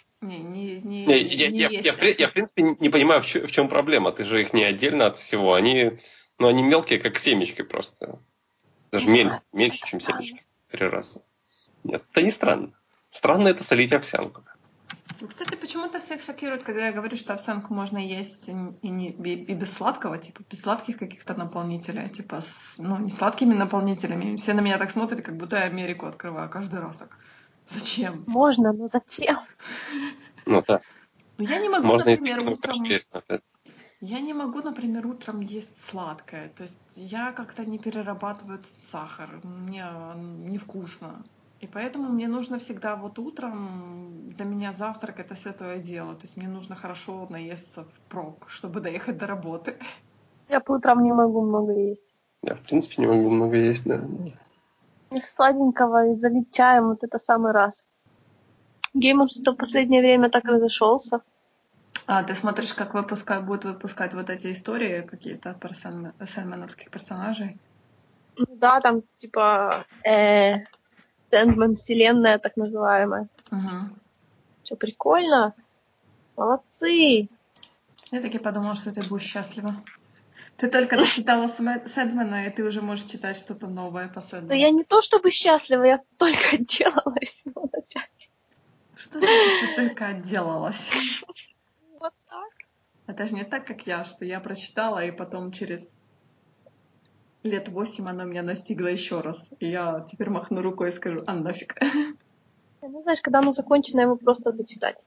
Не есть Я, в принципе, не понимаю, в чем проблема. Ты же их не отдельно от всего. Они Но они мелкие, как семечки просто. Даже Не знаю, меньше, это чем странно. семечки. 3 раза. Нет, это не странно. Странно это солить овсянку. Ну, кстати, почему-то всех шокирует, когда я говорю, что овсянку можно есть и без сладкого, типа без сладких каких-то наполнителей, а типа не сладкими наполнителями. Все на меня так смотрят, как будто я Америку открываю каждый раз так. Зачем? Можно, но зачем? Ну да. Ну, я не могу, Можно и например, пикнуть утром... есть, но это... Я не могу, например, утром есть сладкое. То есть я как-то не перерабатываю этот сахар. Мне невкусно. И поэтому мне нужно всегда вот утром, для меня завтрак это святое дело. То есть мне нужно хорошо наесться впрок, чтобы доехать до работы. Я по утрам не могу много есть. Я, в принципе, не могу много есть, да. Из сладенького и залить чаем, вот это самый раз. Геймер что в последнее время так разошелся. А ты смотришь, как будут выпускать вот эти истории какие-то про сэндмановских персонажей? Ну да, там типа Сэндман вселенная так называемая. Угу. Все прикольно. Молодцы. Я таки подумала, что ты будешь счастлива. Ты только дочитала Сэндмана, и ты уже можешь читать что-то новое по Но Сэндману. я не то чтобы счастлива, я только отделалась. Вот опять. Что значит ты только отделалась? Вот так. Это же не так, как я, что я прочитала, и потом через лет 8 оно меня настигло еще раз. И я теперь махну рукой и скажу, а нафиг. Ну, знаешь, когда оно закончено, его просто дочитать.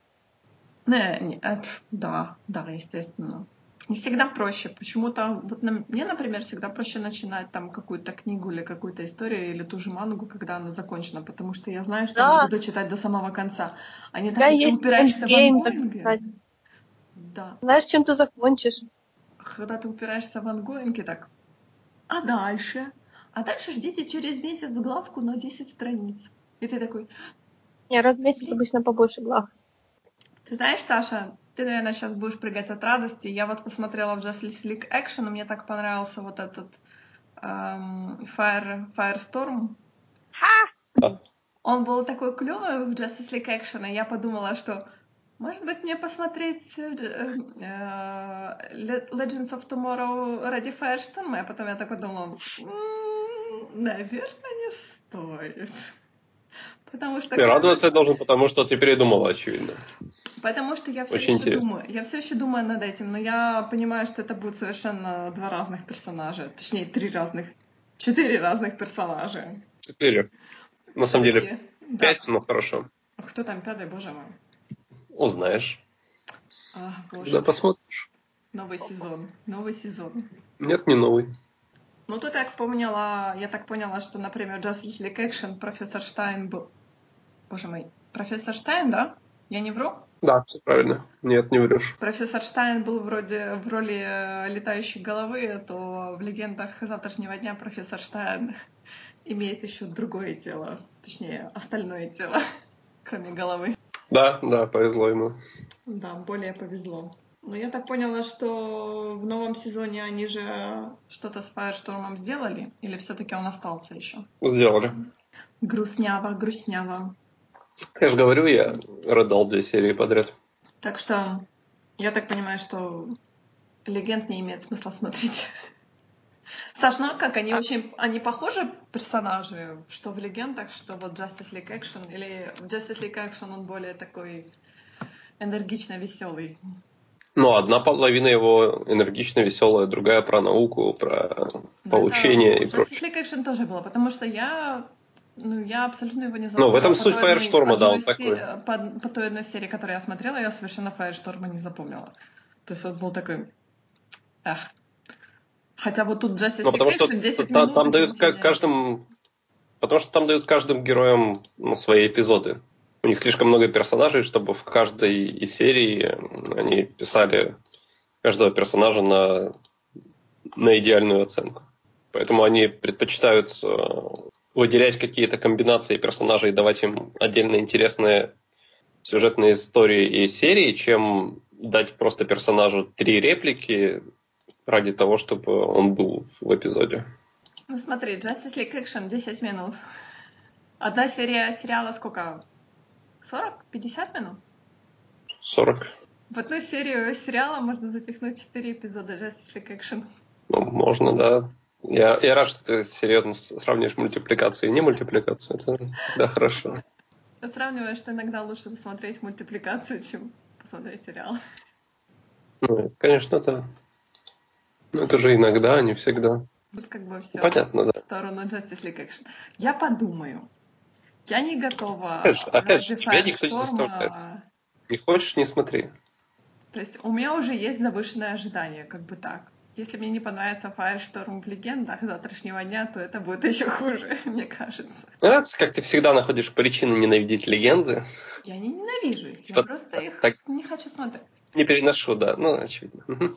Да, естественно. Не всегда проще. Почему-то мне, например, всегда проще начинать там какую-то книгу или какую-то историю или ту же мангу, когда она закончена, потому что я знаю, что я Да, буду читать до самого конца. А у не так, тебя как ты есть упираешься в эндгейм, так ангоинге. сказать. Да. Знаешь, чем ты закончишь. Когда ты упираешься в ангоинге, так, а дальше? А дальше ждите через месяц главку на 10 страниц. И ты такой, Не, раз в месяц блин. обычно побольше глав. Ты знаешь, Саша, ты, наверное, сейчас будешь прыгать от радости. Я вот посмотрела в Justice League Action, и мне так понравился вот этот Firestorm. Да. Он был такой клевый в Justice League Action, и я подумала, что может быть мне посмотреть Legends of Tomorrow ради Firestorm, а потом я так подумала, наверное, не стоит. Потому что Ты радоваться я должен, потому что ты передумала, очевидно. Потому что я все Очень еще интересно. думаю, над этим, но я понимаю, что это будут совершенно 2 разных персонажа, точнее 4 разных персонажа. 4. На самом деле Все-таки, да. 5, но хорошо. Кто там 5-й, боже мой? Узнаешь. Боже, Да, посмотришь. новый сезон. Нет, не новый. Ну, тут я так поняла, что, например, Justice League Action профессор Штайн был... Боже мой, профессор Штайн, да? Я не вру? Да, все правильно. Нет, не врешь. Профессор Штайн был вроде в роли летающей головы, то в «Легендах завтрашнего дня» профессор Штайн имеет еще другое тело, точнее, остальное тело, кроме головы. Да, повезло ему. Да, более повезло. Но я так поняла, что в новом сезоне они же что-то с Фаерштормом сделали, или все-таки он остался еще? Сделали. Грустняво. Я же говорю, я рыдал 2 серии подряд. Так что я так понимаю, что «Легенд» не имеет смысла смотреть. Саш, ну а как? Они похожи персонажи, что в «Легендах», что вот Justice League Action, или в Justice League Action он более такой энергично веселый? Ну, одна половина его энергично веселая, другая про науку, про получение и В Justice прочее. League Action тоже было, потому что я абсолютно его не Ну, в запомнила этом суть Фаершторма, да, он такой. по той одной серии, которую я смотрела, я совершенно Фаершторма не запомнила. То есть он был такой... Эх. Хотя вот тут Justice Ну, League потому что Action 10 минут, там дают извините меня. Потому что там дают каждым героям свои эпизоды. У них слишком много персонажей, чтобы в каждой из серий они писали каждого персонажа на идеальную оценку. Поэтому они предпочитают выделять какие-то комбинации персонажей и давать им отдельно интересные сюжетные истории и серии, чем дать просто персонажу 3 реплики ради того, чтобы он был в эпизоде. Ну смотри, Justice League Action 10 минут. Одна серия сериала сколько? 40-50 минут? 40. В одну серию сериала можно запихнуть 4 эпизода Justice League Action. Ну, можно, да. Я рад, что ты серьезно сравниваешь мультипликацию и не мультипликацию. Это да, хорошо. Я сравниваю, что иногда лучше посмотреть мультипликацию, чем посмотреть сериал. Ну, это, конечно, да. Но это же иногда, а не всегда. Вот как бы все Понятно, да. в сторону Justice League Action. Я подумаю. Я не готова Опять же, ради тебя никто не заставляет. Firestorm. Не хочешь, не смотри. То есть у меня уже есть завышенное ожидание, как бы так. Если мне не понравится Firestorm в легендах завтрашнего дня, то это будет еще хуже, мне кажется. Нравится, как ты всегда находишь причины ненавидеть легенды. Я не ненавижу их, я Типа, просто их так не хочу смотреть. не переношу, да. Ну, очевидно. Мгм.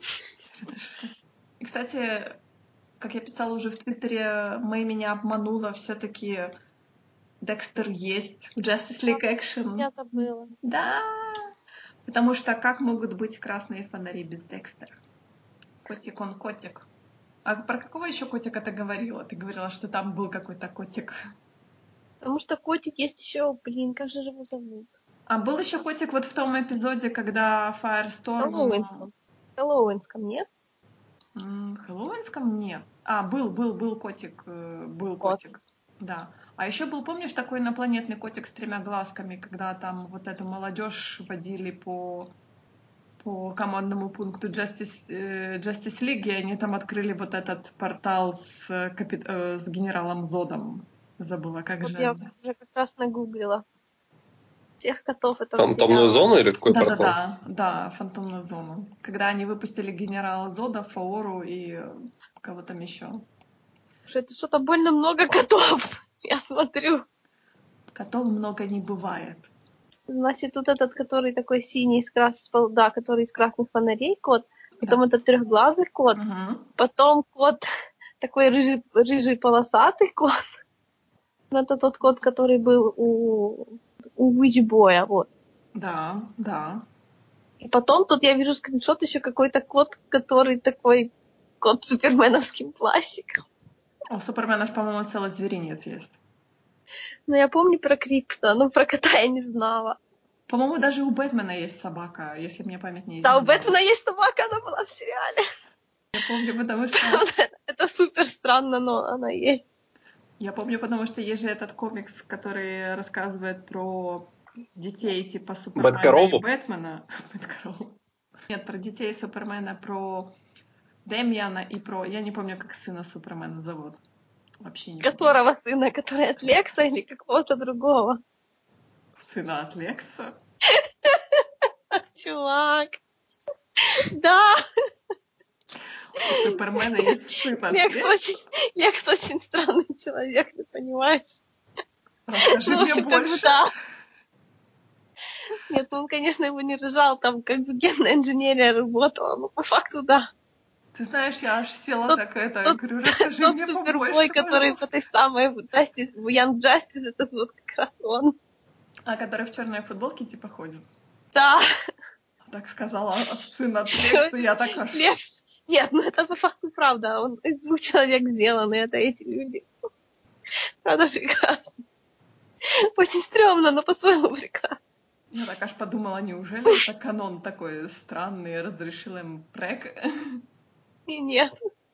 И, кстати, как я писала уже в Твиттере, Мэй меня обманула, все-таки Декстер есть в Justice League Action. Я забыла. Да, потому что как могут быть красные фонари без Декстера? Котик он котик. А про какого еще котика ты говорила? Ты говорила, что там был какой-то котик. Потому что котик есть еще, блин, как же его зовут? А был еще котик вот в том эпизоде, когда Firestorm... Хэллоуинском, нет? Хэллоуинском нет. А, был котик. Был Кот. котик. Да. А еще был, помнишь, такой инопланетный котик с 3 глазками, когда там вот эту молодежь водили по командному пункту Justice League, и они там открыли вот этот портал с генералом Зодом. Забыла, как Вот же я они. уже как раз нагуглила всех котов этого Фантомную сериала. зону или какой портал? Да, фантомную зону. Когда они выпустили генерала Зода, Фаору и кого там еще. Что это что-то больно много котов. Я смотрю. Котов много не бывает. Значит, вот этот, который такой синий, да, который из красных фонарей кот, потом Да. этот трехглазый кот, Мгм. потом кот такой рыжий полосатый кот. Это тот кот, который был у Вичбоя, вот. Да, да. И потом тут я вижу скриншот еще какой-то кот, который такой кот с суперменовским плащиком. У Супермена ж, по-моему, целый зверинец есть. Но я помню про Крипто, но про кота я не знала. По-моему, даже у Бэтмена есть собака, если мне память не Да, у изменяет. Бэтмена есть собака, она была в сериале. Я помню, потому что... Это супер странно, но она есть. Я помню, потому что есть же этот комикс, который рассказывает про детей типа Супермена и Бэткорову? Бэтмена. Бэткорову. Нет, про детей Супермена, про Демьяна и про... Я не помню, как сына Супермена зовут. Вообще не помню. Которого сына, который от Лекса или какого-то другого? Сына от Лекса. Чувак. Да, У Супермена есть сын от Лекс очень странный человек, ты понимаешь? Расскажи Ну, в мне общем, как бы больше. да. Нет, ну он, конечно, его не рожал, там как бы генная инженерия работала, но по факту да. Ты знаешь, я аж села Тот, так это, тот, говорю, расскажи тот мне супербой, побольше, который в пожалуйста. этой самой в Young Justice, это вот как раз он. А который в черной футболке типа ходит. Да. Так сказала сын от Лекса, я так аж... Лекс. Нет, ну это по факту правда. Он из 2 человек сделан, и это эти люди. Правда, прекрасно. Очень стрёмно, но по-своему прекрасно. Я так аж подумала, неужели это канон такой странный, разрешил им прэк? И нет.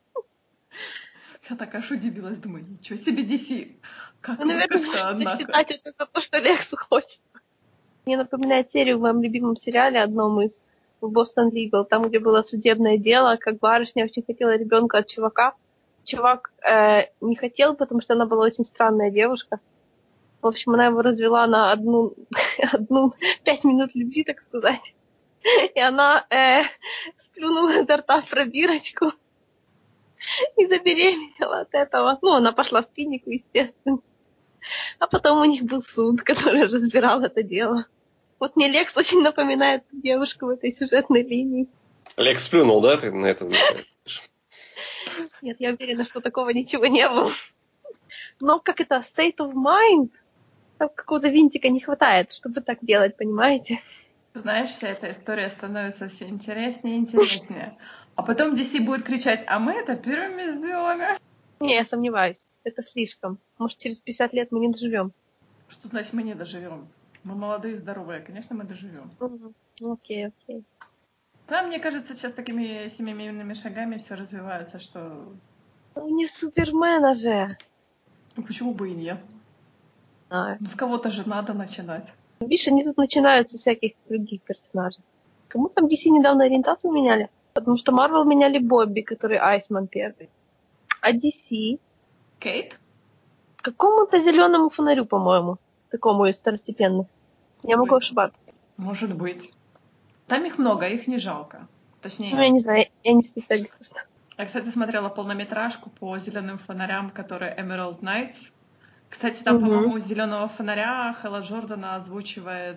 Я так аж удивилась, думаю, ничего себе DC. Ну, Как вы наверное, как-то, можно однако. считать это за то, что Лексу хочет. Мне напоминает серию в моем любимом сериале, одном из в Бостон Лигал, там, где было судебное дело, как барышня очень хотела ребенка от чувака. Чувак не хотел, потому что она была очень странная девушка. В общем, она его развела на одну 5 минут любви, так сказать. И она сплюнула изо рта в пробирочку и забеременела от этого. Ну, она пошла в клинику, естественно. А потом у них был суд, который разбирал это дело. Вот мне Лекс очень напоминает девушку в этой сюжетной линии. Лекс сплюнул, да, ты на это намекаешь? Нет, я уверена, что такого ничего не было. Но как это, state of mind? Там какого-то винтика не хватает, чтобы так делать, понимаете? Знаешь, вся эта история становится все интереснее и интереснее. А потом DC будет кричать, а мы это первыми сделали. Не, я сомневаюсь. Это слишком. Может, через 50 лет мы не доживем. Что значит мы не доживем? Мы молодые и здоровые, конечно, мы доживем. Окей. Да, мне кажется, сейчас такими семимильными шагами все развивается, что... Ну, не Супермена же. Ну, почему бы и нет? Знаю. Ну, с кого-то же надо начинать. Видишь, они тут начинают со всяких других персонажей. Кому там DC недавно ориентацию меняли? Потому что Marvel меняли Бобби, который Айсман первый. А DC Кейт? какому-то зеленому фонарю, по-моему. Такому из второстепенных. Я могу Ой, ошибаться. может быть. Там их много, их не жалко. Ну, я Точнее, не знаю, я не специалист просто. я, кстати, смотрела полнометражку по зеленым фонарям, которая Emerald Knights. Кстати, там, Мгм. по-моему, зеленого фонаря Хэлла Джордана озвучивает...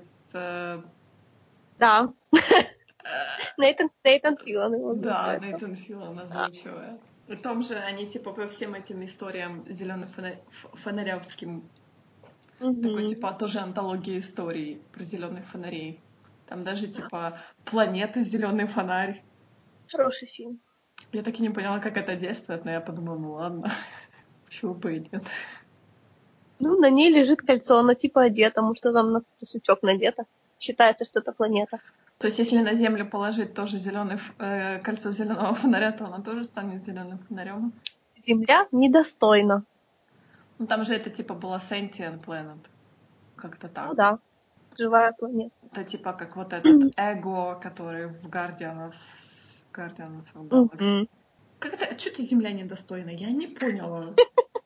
Да. Нейтан Филлан его Да, озвучивает. Нейтан Филлан Да. озвучивает. И том же они типа по всем этим историям зеленым фонаревским, такой Мгм. типа тоже антология историй про зеленых фонарей. Там даже типа планеты зеленый фонарь. Хороший фильм. Я так и не поняла, как это действует, но я подумала, ну ладно, почему бы и нет. Ну, на ней лежит кольцо, оно типа одето, потому что там на сучок надето. Считается, что это планета. То есть, если на Землю положить тоже кольцо зеленого фонаря, то оно тоже станет зеленым фонарем. Земля недостойна. Ну там же это типа была Sentient Planet. Как-то так. Ну да, живая планета. Это типа как вот этот эго, который в Guardians of Galaxy. Мгм. Как это? Что ты Земля недостойна? Я не поняла.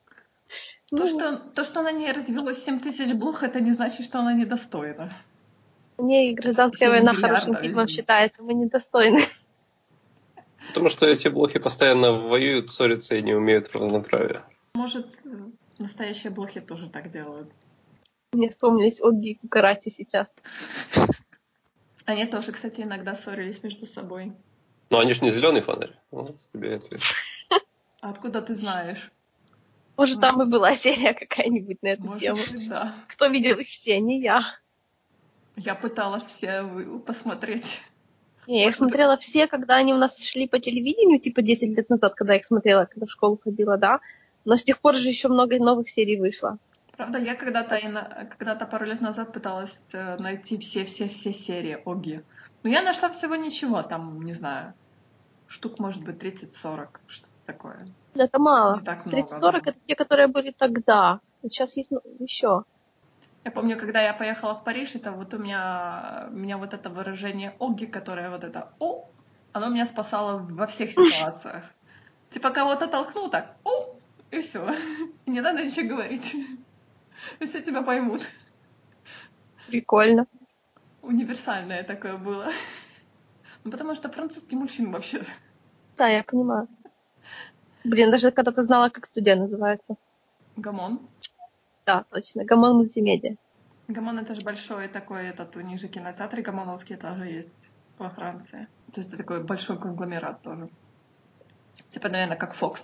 Ну, То, что на ней развелось 7000 блох, это не значит, что она недостойна. у нее и гражданская 7 война хорошим миллиардов, фильмом извините. считается, мы недостойны. Потому что эти блохи постоянно воюют, ссорятся и не умеют равноправия. Может, настоящие блохи тоже так делают. Мне вспомнились Огги и Кукарачи сейчас. Они тоже, кстати, иногда ссорились между собой. Но они же не зеленый фонарь. Вот тебе ответ. А откуда ты знаешь? Может, там и была серия какая-нибудь на эту тему. Может быть, да. Кто видел их все, не я. Я пыталась все посмотреть. Не, я их смотрела все, когда они у нас шли по телевидению, типа 10 лет назад, когда я их смотрела, когда в школу ходила, да. Но с тех пор же еще много новых серий вышло. Правда, я когда-то пару лет назад пыталась найти все серии Оги. Но я нашла всего ничего, там, не знаю, штук, может быть, 30-40, что-то такое. Это мало. Не так много, 30-40 да. это те, которые были тогда. Сейчас есть еще. Я помню, когда я поехала в Париж, это вот у меня вот это выражение Оги, которое вот это О, оно меня спасало во всех ситуациях. Типа кого-то толкнул так, О, и все. Не надо ничего говорить. И все тебя поймут. Прикольно. Универсальное такое было. Ну, потому что французский мультфильм вообще. Да, я понимаю. Блин, даже когда-то знала, как студия называется. Гамон. Да, точно. Гамон мультимедиа. Гамон это же большой такой, у них же кинотеатры гамоновские тоже есть во Франции. То есть это такой большой конгломерат тоже. Типа, наверное, как Fox.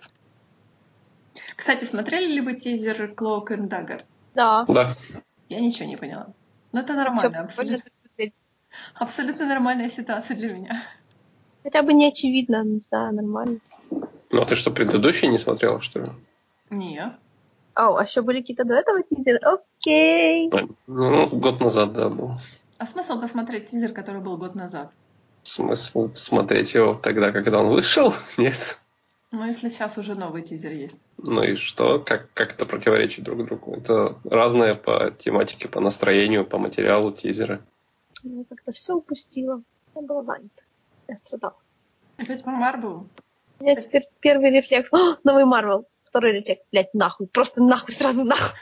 Кстати, смотрели ли вы тизер Cloak and Dagger? Да. Да. Я ничего не поняла. Но это Ну, чё, нормально, прикольно так смотреть. абсолютно нормальная ситуация для меня. Хотя бы не очевидно, не знаю, нормально. Ну а ты что, предыдущий не смотрела, что ли? Не. О, а еще были какие-то до этого тизеры? Окей. Ну, год назад, да, был. А смысл посмотреть тизер, который был год назад? Смысл смотреть его тогда, когда он вышел? Нет. Ну, если сейчас уже новый тизер есть. Ну и что? Как это противоречит друг другу? Это разное по тематике, по настроению, по материалу тизеры. Я как-то все упустила. Я была занята. Я страдала. Опять по Марвелу? У меня теперь первый рефлекс. О, новый Марвел. Второй рефлекс. Блять, нахуй. Просто нахуй, сразу нахуй.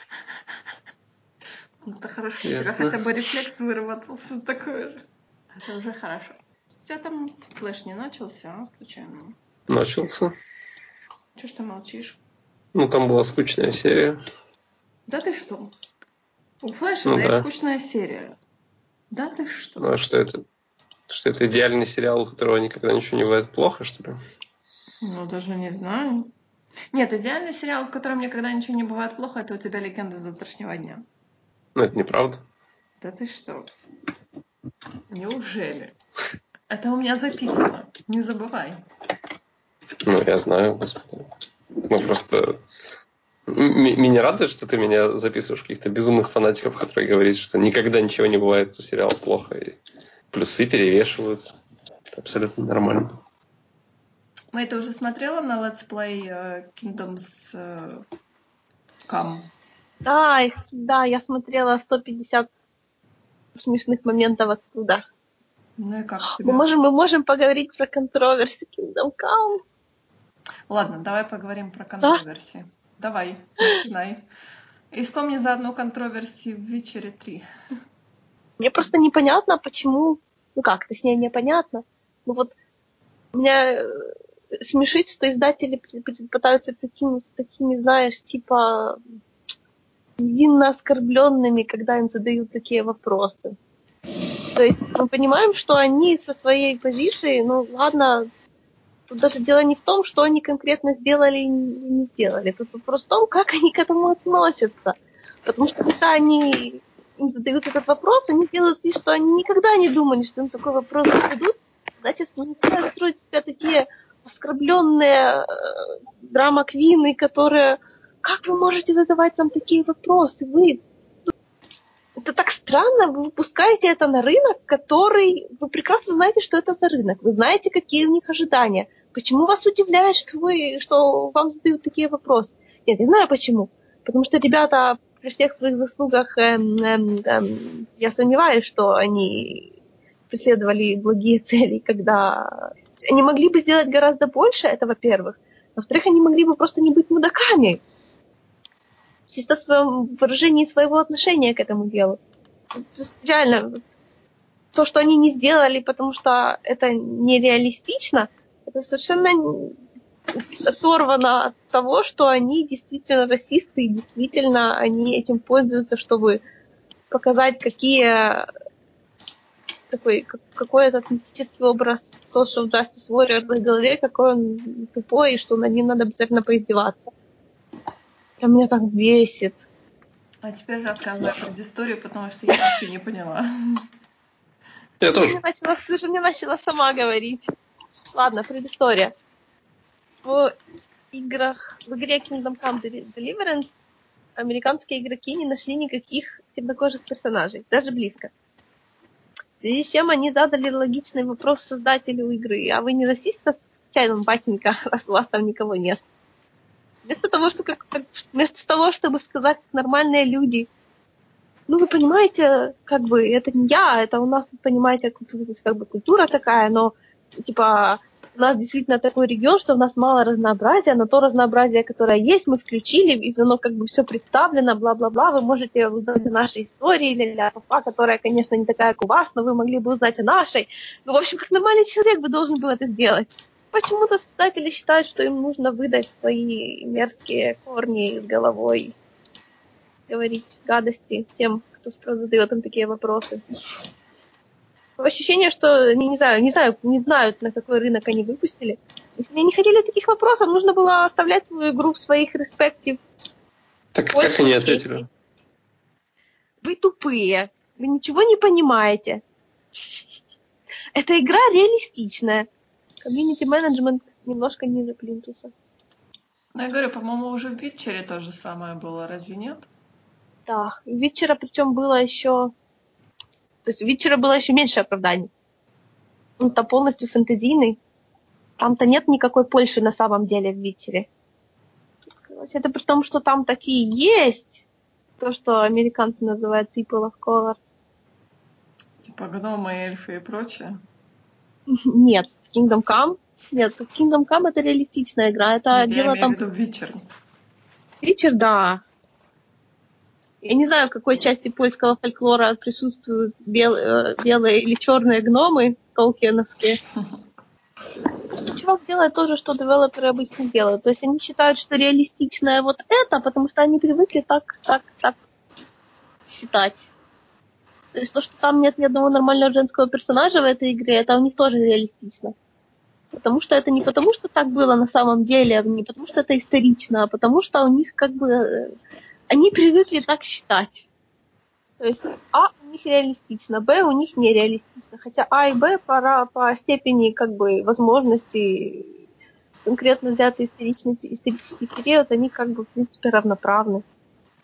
Ну, это хорошо, у тебя Ясно. хотя бы рефлекс выработался такой же. Это уже хорошо. У тебя там флэш не начался, случайно? Начался. Чего ж ты молчишь? Ну, там была скучная серия. Да ты что? У Флэша, Ну да, и да. скучная серия. Да ты Ну что? а что это? Что это идеальный сериал, у которого никогда ничего не бывает плохо, что ли? Ну, даже не знаю. Нет, идеальный сериал, в котором никогда ничего не бывает плохо, это у тебя «Легенда завтрашнего дня». Ну, это неправда. Да ты что? Неужели? Это у меня записано. Не забывай. Ну, я знаю, господи. Ну, просто... Меня радует, что ты меня записываешь каких-то безумных фанатиков, которые говорят, что никогда ничего не бывает у сериала плохо, и плюсы перевешивают. Это абсолютно нормально. Мы это уже смотрела на Let's Play Kingdoms Come. Да, я смотрела 150 смешных моментов оттуда. Ну и как тебе? Мы можем поговорить про контроверси Kingdom Come. Ладно, давай поговорим про контроверси. Давай, начинай. И вспомни заодно контроверси в Witcher 3. Мне просто непонятно, почему... Точнее, непонятно. Меня смешит, что издатели пытаются прикинуться такими, знаешь, типа невинно оскорбленными, когда им задают такие вопросы. То есть мы понимаем, что они со своей позиции, ладно, тут даже дело не в том, что они конкретно сделали и не сделали. Тут вопрос в том, как они к этому относятся. Потому что когда им задают этот вопрос, они делают вид, что они никогда не думали, что им такой вопрос зададут. Значит, начинают строить из себя такие оскорбленные драма-квины, которые... Как вы можете задавать нам такие вопросы? Это так странно, вы выпускаете это на рынок, который... Вы прекрасно знаете, что это за рынок. Вы знаете, какие у них ожидания. Почему вас удивляет, что вам задают такие вопросы? Нет, я знаю почему. Потому что ребята при всех своих заслугах, я сомневаюсь, что они преследовали благие цели, когда... Они могли бы сделать гораздо больше, это во-первых. Во-вторых, они могли бы просто не быть мудаками. Чисто в своем выражении своего отношения к этому делу. То есть реально, то, что они не сделали, потому что это нереалистично, это совершенно оторвано от того, что они действительно расисты, и действительно они этим пользуются, чтобы показать, какой этот мистический образ social justice warrior в их голове, какой он тупой, и что над ним надо обязательно поиздеваться. Это меня так бесит. А теперь рассказывай предысторию, потому что я вообще не поняла. Я тоже. Ты же мне начала сама говорить. Ладно, предыстория. В игре Kingdom Come Deliverance американские игроки не нашли никаких темнокожих персонажей, даже близко. В связи с чем они задали логичный вопрос создателю игры. А вы не расист, чайном батенька, раз у вас там никого нет? Вместо того, чтобы сказать, как нормальные люди, вы понимаете, это не я, это у нас, понимаете, культура такая, но, у нас действительно такой регион, что у нас мало разнообразия, но то разнообразие, которое есть, мы включили, и оно все представлено, бла-бла-бла, вы можете узнать о нашей истории, ля-ля, которая, конечно, не такая, как у вас, но вы могли бы узнать о нашей. В общем, как нормальный человек вы должен был это сделать. Почему-то создатели считают, что им нужно выдать свои мерзкие корни с головой, говорить гадости тем, кто задает им такие вопросы. Ощущение, что они не знают, на какой рынок они выпустили. Если они не хотели таких вопросов, нужно было оставлять свою игру в своих респектив. Так как они ответили? Вы тупые. Вы ничего не понимаете. Эта игра реалистичная. Комьюнити менеджмент немножко ниже плинтуса. Я говорю, по-моему, уже в Витчере то же самое было, разве нет? Да, в Витчера причем было еще... То есть у Витчера было еще меньше оправданий. Он-то полностью фэнтезийный. Там-то нет никакой Польши на самом деле в Витчере. Это при том, что там такие есть. То, что американцы называют people of color. Типа гномы, эльфы и прочее. Нет, Kingdom Come. Нет, Kingdom Come это реалистичная игра. Это Нет, дело я имею там... в виду Витчер. Витчер, да. Я не знаю, в какой части польского фольклора присутствуют белые или черные гномы толкиеновские. Чувак делает то же, что девелоперы обычно делают. То есть они считают, что реалистичное вот это, потому что они привыкли так считать. То есть то, что там нет ни одного нормального женского персонажа в этой игре, это у них тоже реалистично. Потому что это не потому, что так было на самом деле, не потому что это исторично, а потому что у них они привыкли так считать. То есть А у них реалистично, Б у них нереалистично. Хотя А и Б по степени возможностей конкретно взятый исторический период, они в принципе равноправны.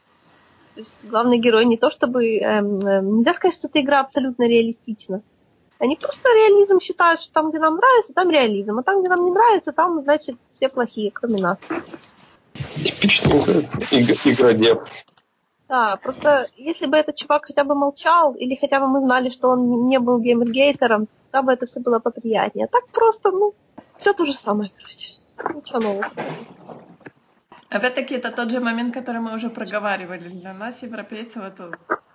То есть главный герой не то чтобы... нельзя сказать, что эта игра абсолютно реалистична. Они просто реализм считают, что там, где нам нравится, там реализм. А там, где нам не нравится, там, значит, все плохие, кроме нас. Типичный игродев. Да, просто если бы этот чувак хотя бы молчал, или хотя бы мы знали, что он не был геймергейтером, тогда бы это все было поприятнее. А так просто, все то же самое, короче. Ничего нового. Опять-таки, это тот же момент, который мы уже проговаривали. Для нас, европейцев, это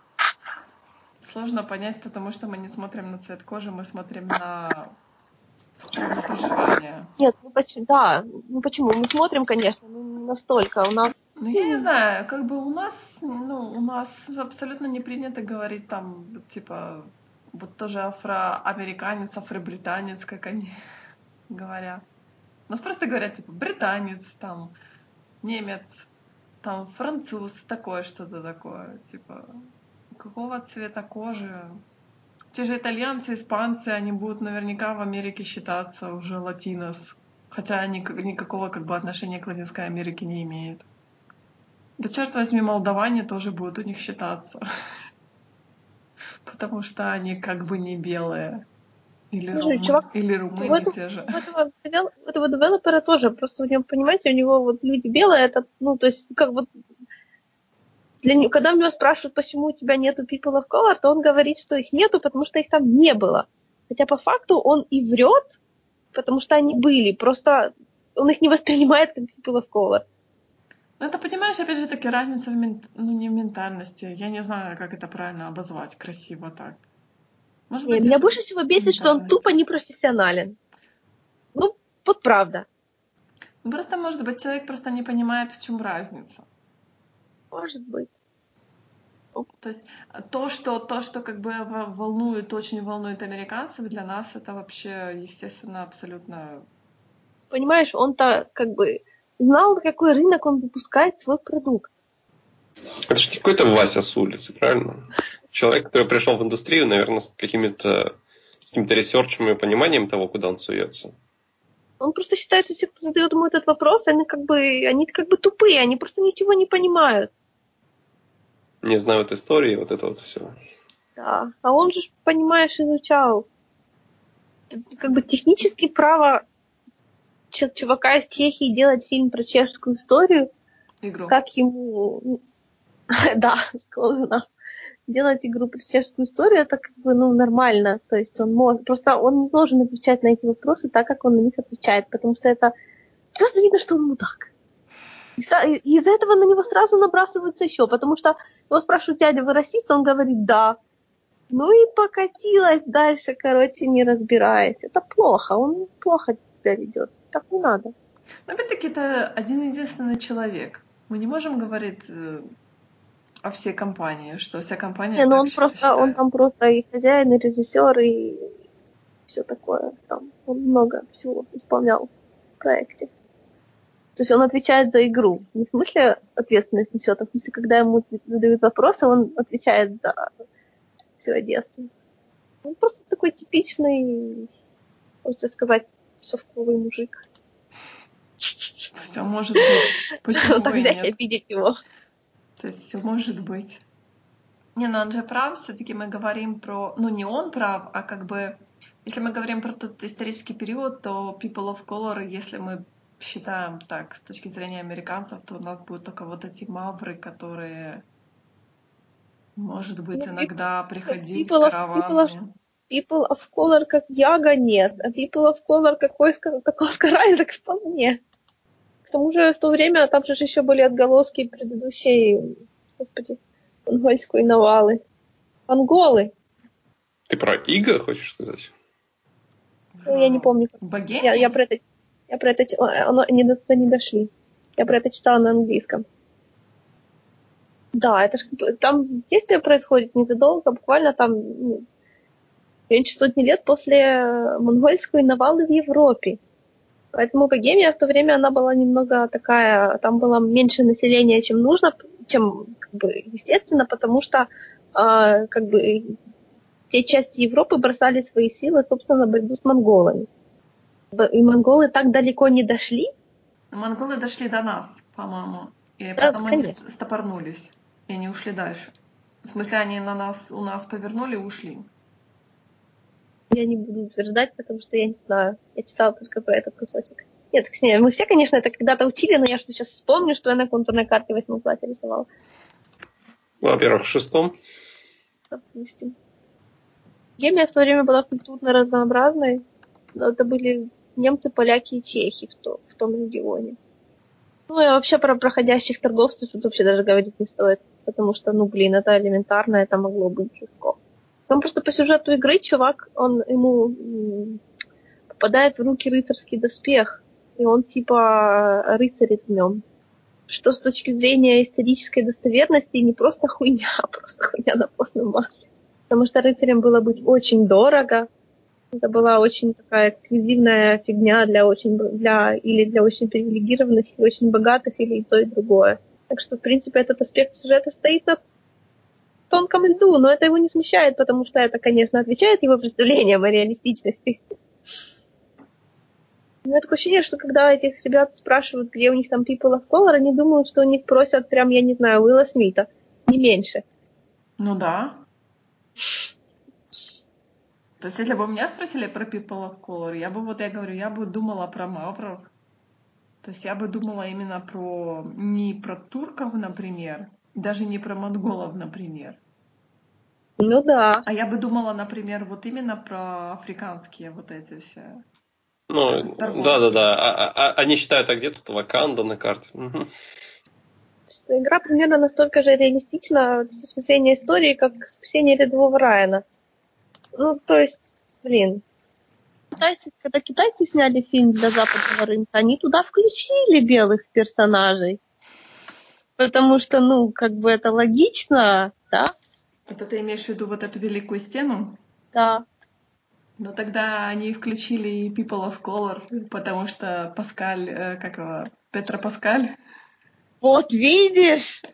сложно понять, потому что мы не смотрим на цвет кожи, мы смотрим на страну проживания. Нет, почему? Мы смотрим, конечно, но не настолько. У нас... Ну, я не знаю, как бы у нас абсолютно не принято говорить там, типа, вот тоже афроамериканец, афробританец, как они говорят. У нас просто говорят, типа, британец, там, немец, там, француз, такое что-то такое, типа, какого цвета кожи. Те же итальянцы, испанцы, они будут наверняка в Америке считаться уже латинос, хотя они никакого как бы отношения к Латинской Америке не имеют. Да черт возьми, молдаване тоже будут у них считаться, потому что они как бы не белые. Слушай, чувак, Или у румыны этого, те же. у этого девелопера тоже, просто у него, понимаете, у него вот люди белые, это, то есть, как вот, когда у него спрашивают, почему у тебя нету people of color, то он говорит, что их нету, потому что их там не было. Хотя по факту он и врет, потому что они были, просто он их не воспринимает как people of color. Ну, это, понимаешь, опять же таки разница не в ментальности. Я не знаю, как это правильно обозвать, красиво так. Может быть, Меня это больше всего бесит, что он ментальность. тупо непрофессионален. Вот правда. Ну, просто, может быть, человек просто не понимает, в чем разница. Может быть. То есть то, что как бы очень волнует американцев, для нас это вообще, естественно, абсолютно... Понимаешь, он-то как бы знал, на какой рынок он выпускает свой продукт. Это же не какой-то Вася с улицы, правильно? Человек, который пришел в индустрию, наверное, с какими-то ресерчем и пониманием того, куда он суется. Он просто считает, что все, кто задает ему этот вопрос, они как бы тупые, они просто ничего не понимают. Не знают истории, вот это вот все. Да. А он же, понимаешь, изучал как бы технически право чувака из Чехии делать фильм про чешскую историю, Игру. как ему, да, сложно делать игру про чешскую историю, это как бы, нормально. То есть он может, просто он не должен отвечать на эти вопросы так, как он на них отвечает, потому что это сразу видно, что он мудак. И из-за этого на него сразу набрасываются еще, потому что его спрашивают, дядя, вы расист? Он говорит, да. Ну и покатилась дальше, короче, не разбираясь. Это плохо, он плохо себя ведет. Так не надо. Но опять-таки это один единственный человек. Мы не можем говорить о всей компании, что вся компания так Он считает. там просто и хозяин, и режиссер, и все такое. Там он много всего исполнял в проекте. То есть он отвечает за игру. Не в смысле ответственность несет, а в смысле, когда ему задают вопросы, он отвечает за всю Одессу. Он просто такой типичный, хочется сказать, совковый мужик. Все может быть. Почему Так бы и взять и нет? обидеть его. То есть все может быть. Не, ну он же прав, все-таки мы говорим про... Ну, не он прав, а как бы... Если мы говорим про тот исторический период, то people of color, если мы считаем так, с точки зрения американцев, то у нас будут только вот эти мавры, которые, может быть, Нет, иногда приходили с people of, караванами. people of color как Яга нет, а people of color какой Оскар Айзек вполне. К тому же в то время там же еще были отголоски предыдущей, господи, монгольской навалы. Монголы. Ты про Иго хочешь сказать? Я не помню. Богемии? Я про это, они до туда не дошли. Я про это читала на английском. Да, это ж там действие происходит незадолго, буквально там меньше сотни лет после монгольской навалы в Европе. Поэтому Богемия в то время она была немного такая, там было меньше населения, чем нужно, чем как бы, естественно, потому что как бы те части Европы бросали свои силы, собственно, на борьбу с монголами. И монголы так далеко не дошли. Монголы дошли до нас, по-моему. И Да, потом они конечно. стопорнулись. И они ушли дальше. В смысле, они у нас повернули и ушли. Я не буду утверждать, потому что я не знаю. Я читала только про этот кусочек. Нет, Ксения, мы все, конечно, это когда-то учили, но я что сейчас вспомню, что я на контурной карте в 8 классе рисовала. Во-первых, в 6. Допустим. Химия в то время была культурно разнообразной. Но это были немцы, поляки и чехи в том регионе. Ну и вообще про проходящих торговцев тут вообще даже говорить не стоит. Потому что, это элементарно, это могло быть легко. Там просто по сюжету игры чувак, ему попадает в руки рыцарский доспех, и он типа рыцарит в нем. Что с точки зрения исторической достоверности не просто хуйня, а просто хуйня на постном масле. Потому что рыцарям было быть очень дорого. Это была очень такая эксклюзивная фигня для очень привилегированных, или очень богатых, или и то, и другое. Так что, в принципе, этот аспект сюжета стоит на тонком льду, но это его не смущает, потому что это, конечно, отвечает его представлениям о реалистичности. У меня такое ощущение, что когда этих ребят спрашивают, где у них там people of color, они думают, что у них просят прям, я не знаю, Уилла Смита. Не меньше. Ну да. То есть, если бы меня спросили про people of color, я бы думала про мавров. То есть я бы думала именно не про турков, например, даже не про монголов, например. Ну да. А я бы думала, например, вот именно про африканские вот эти все. Ну, торговцы. да. Они считают, а где тут Ваканда на карте? Угу. Игра примерно настолько же реалистична с точки зрения истории, как «Спасение рядового Райана». Ну, то есть, когда китайцы сняли фильм для западного рынка, они туда включили белых персонажей. Потому что, это логично, да? Это ты имеешь в виду вот эту Великую Стену? Да. Но тогда они включили и People of Color, потому что Паскаль, Петро Паскаль. Вот видишь!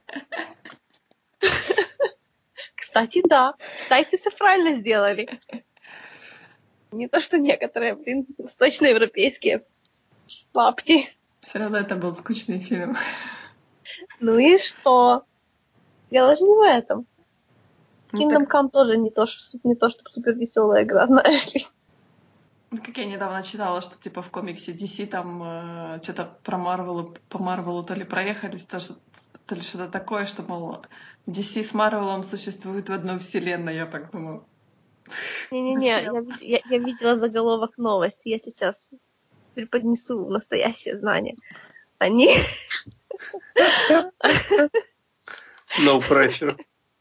Кстати, да. Китайцы все правильно сделали. Не то, что некоторые, восточноевропейские лапти. Все равно это был скучный фильм. Ну и что? Дело же не в этом. Kingdom Come тоже не то, что супер веселая игра, знаешь ли. Как я недавно читала, что типа в комиксе DC там что-то по Марвелу то ли проехались, то ли что-то такое, что, мол, DC с Марвелом существуют в одной вселенной, я так думаю. Не-не-не, я видела заголовок новости, я сейчас преподнесу настоящее знание. Они... No pressure.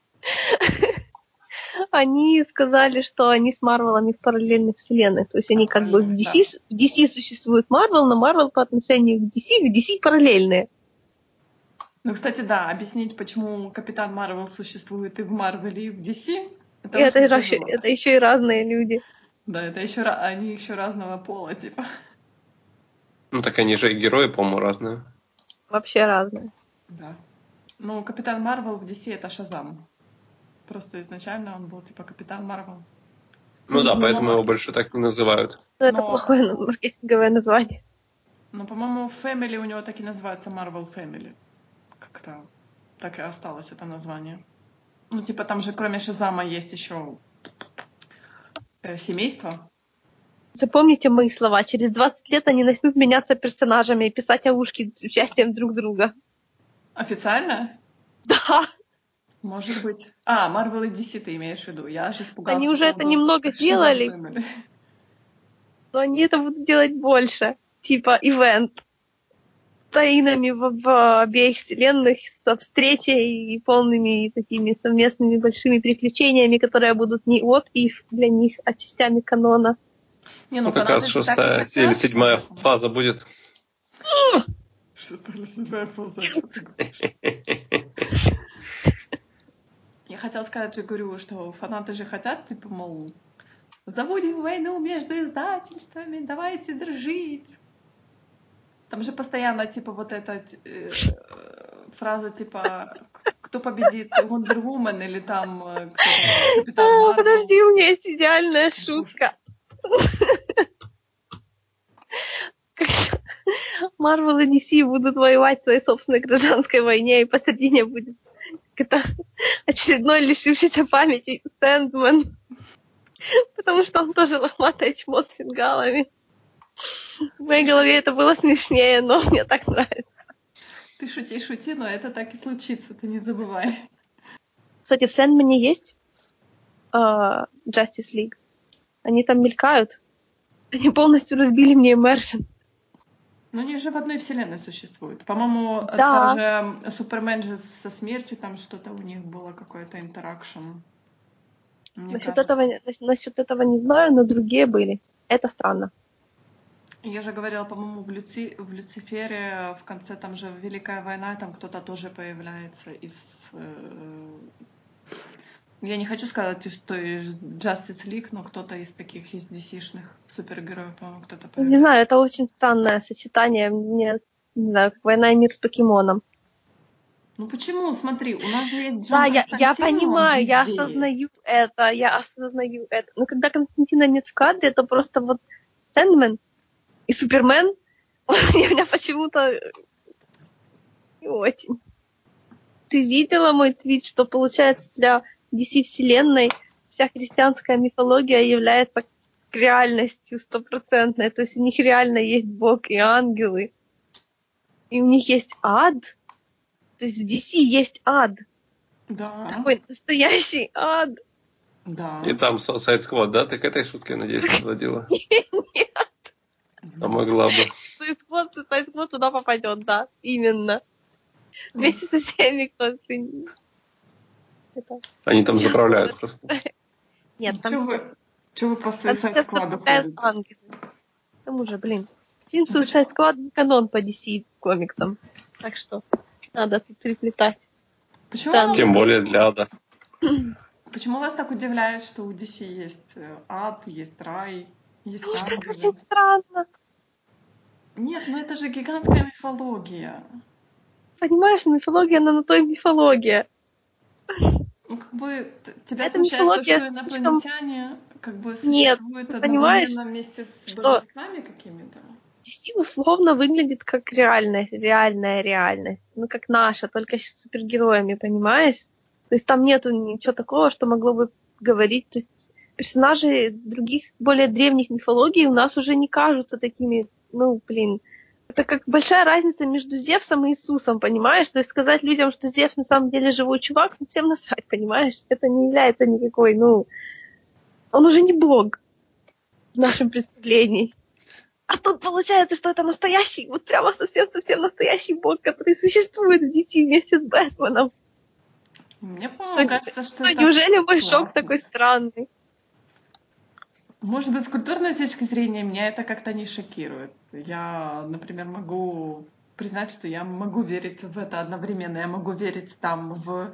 Они сказали, что они с Марвелами в параллельных вселенных. То есть они как бы в DC существует Марвел, но Марвел по отношению к DC параллельные. Ну, кстати, да, объяснить, почему Капитан Марвел существует и в Марвеле, и в DC, это еще и разные люди. Да, они еще разного пола, типа. Ну так они же и герои, по-моему, разные. Вообще разные. Да. Ну, Капитан Марвел в DC это Шазам. Просто изначально он был типа Капитан Марвел. Ну да, поэтому его больше так не называют. Это плохое маркетинговое название. Но, по-моему, Family у него так и называется Marvel Family. Как-то так и осталось это название. Ну, типа там же кроме Шазама есть еще семейство. Запомните мои слова. Через 20 лет они начнут меняться персонажами и писать ушки с участием друг друга. Официально? Да. Может быть. Marvel и DC ты имеешь в виду. Я же испугалась. Они уже это немного делали. Но они это будут делать больше. Типа ивент. Тайнами в обеих вселенных со встречей и полными такими совместными большими приключениями, которые будут не от их для них, а частями канона. Ну, как раз 6-я или 7-я фаза будет. 6-я или 7-я фаза. Я хотела сказать же, говорю, что фанаты же хотят, типа, мол, заводим войну между издательствами, давайте дружить. Там же постоянно, типа, вот эта фраза, типа, кто победит, Wonder Woman или там Капитан Марвел. Подожди, у меня есть идеальная шутка. Марвел и DC будут воевать в своей собственной гражданской войне, и посредине будет очередной лишившийся памяти Сэндман. Потому Потому что он тоже лохматое чмо с фингалами. В моей голове это было смешнее, но мне так нравится. Ты шути, но это так и случится, ты не забывай. Кстати, в Сэндмане есть Justice League. Они там мелькают. Они полностью разбили мне иммершн. Ну, они же в одной вселенной существуют. По-моему, Да. даже Супермен же со смертью, там что-то у них было, какой-то интеракшн. Насчет этого не знаю, но другие были. Это странно. Я же говорила, по-моему, в Люцифере в конце там же Великая война, там кто-то тоже появляется из... Я не хочу сказать, что из Justice League, но кто-то из таких, из DC-шных супергероев, по-моему, кто-то появляется. Не знаю, это очень странное сочетание. Мне, не знаю, как «Война и мир» с покемоном. Ну почему? Смотри, у нас же есть Да, Джон Константин, я понимаю, я есть. осознаю это. Но когда Константина нет в кадре, то просто вот Сэндмен и Супермен у меня почему-то не очень. Ты видела мой твит, что, получается, для DC-вселенной вся христианская мифология является реальностью стопроцентной. То есть у них реально есть Бог и ангелы. И у них есть ад. То есть в DC есть ад. Да. Такой настоящий ад. Да. И там Suicide Squad, да? Ты к этой шутке, надеюсь, подводила? Нет. А могла бы. Suicide Squad туда попадет, да. Именно. Вместе со всеми, кто... Они там заправляют просто. Нет, там сейчас... Чего вы по Там Suicide сейчас Squad добавляют ходите? ангелы. К тому же, блин. Фильм Suicide Squad не канон по DC комиксам. Так что надо тут переплетать. Почему, Да, Тем более для ада. почему вас так удивляет, что у DC есть ад, есть рай, есть Потому что это ангелы? очень странно. Нет, ну это же гигантская мифология. Понимаешь, мифология, она на то и мифология. Ну, как бы тебя Это смущает то, мифология что слишком... инопланетяне как бы Нет, существуют ты понимаешь, одновременно вместе с что божествами какими-то? DC условно выглядит как реальная реальность. Ну, как наша, только с супергероями, понимаешь? То есть там нету ничего такого, что могло бы говорить. То есть персонажи других, более древних мифологий у нас уже не кажутся такими, ну, блин. Это как большая разница между Зевсом и Иисусом, понимаешь? То есть сказать людям, что Зевс на самом деле живой чувак, ну, всем насрать, понимаешь? Это не является никакой, ну... Он уже не Бог в нашем представлении. А тут получается, что это настоящий, вот прямо совсем-совсем настоящий бог, который существует в DC вместе с Бэтменом. Мне, по-моему, кажется, что это неужели мой шок классно. такой странный? Может быть, с культурной точки зрения меня это как-то не шокирует. Я, например, могу признать, что я могу верить в это одновременно. Я могу верить там в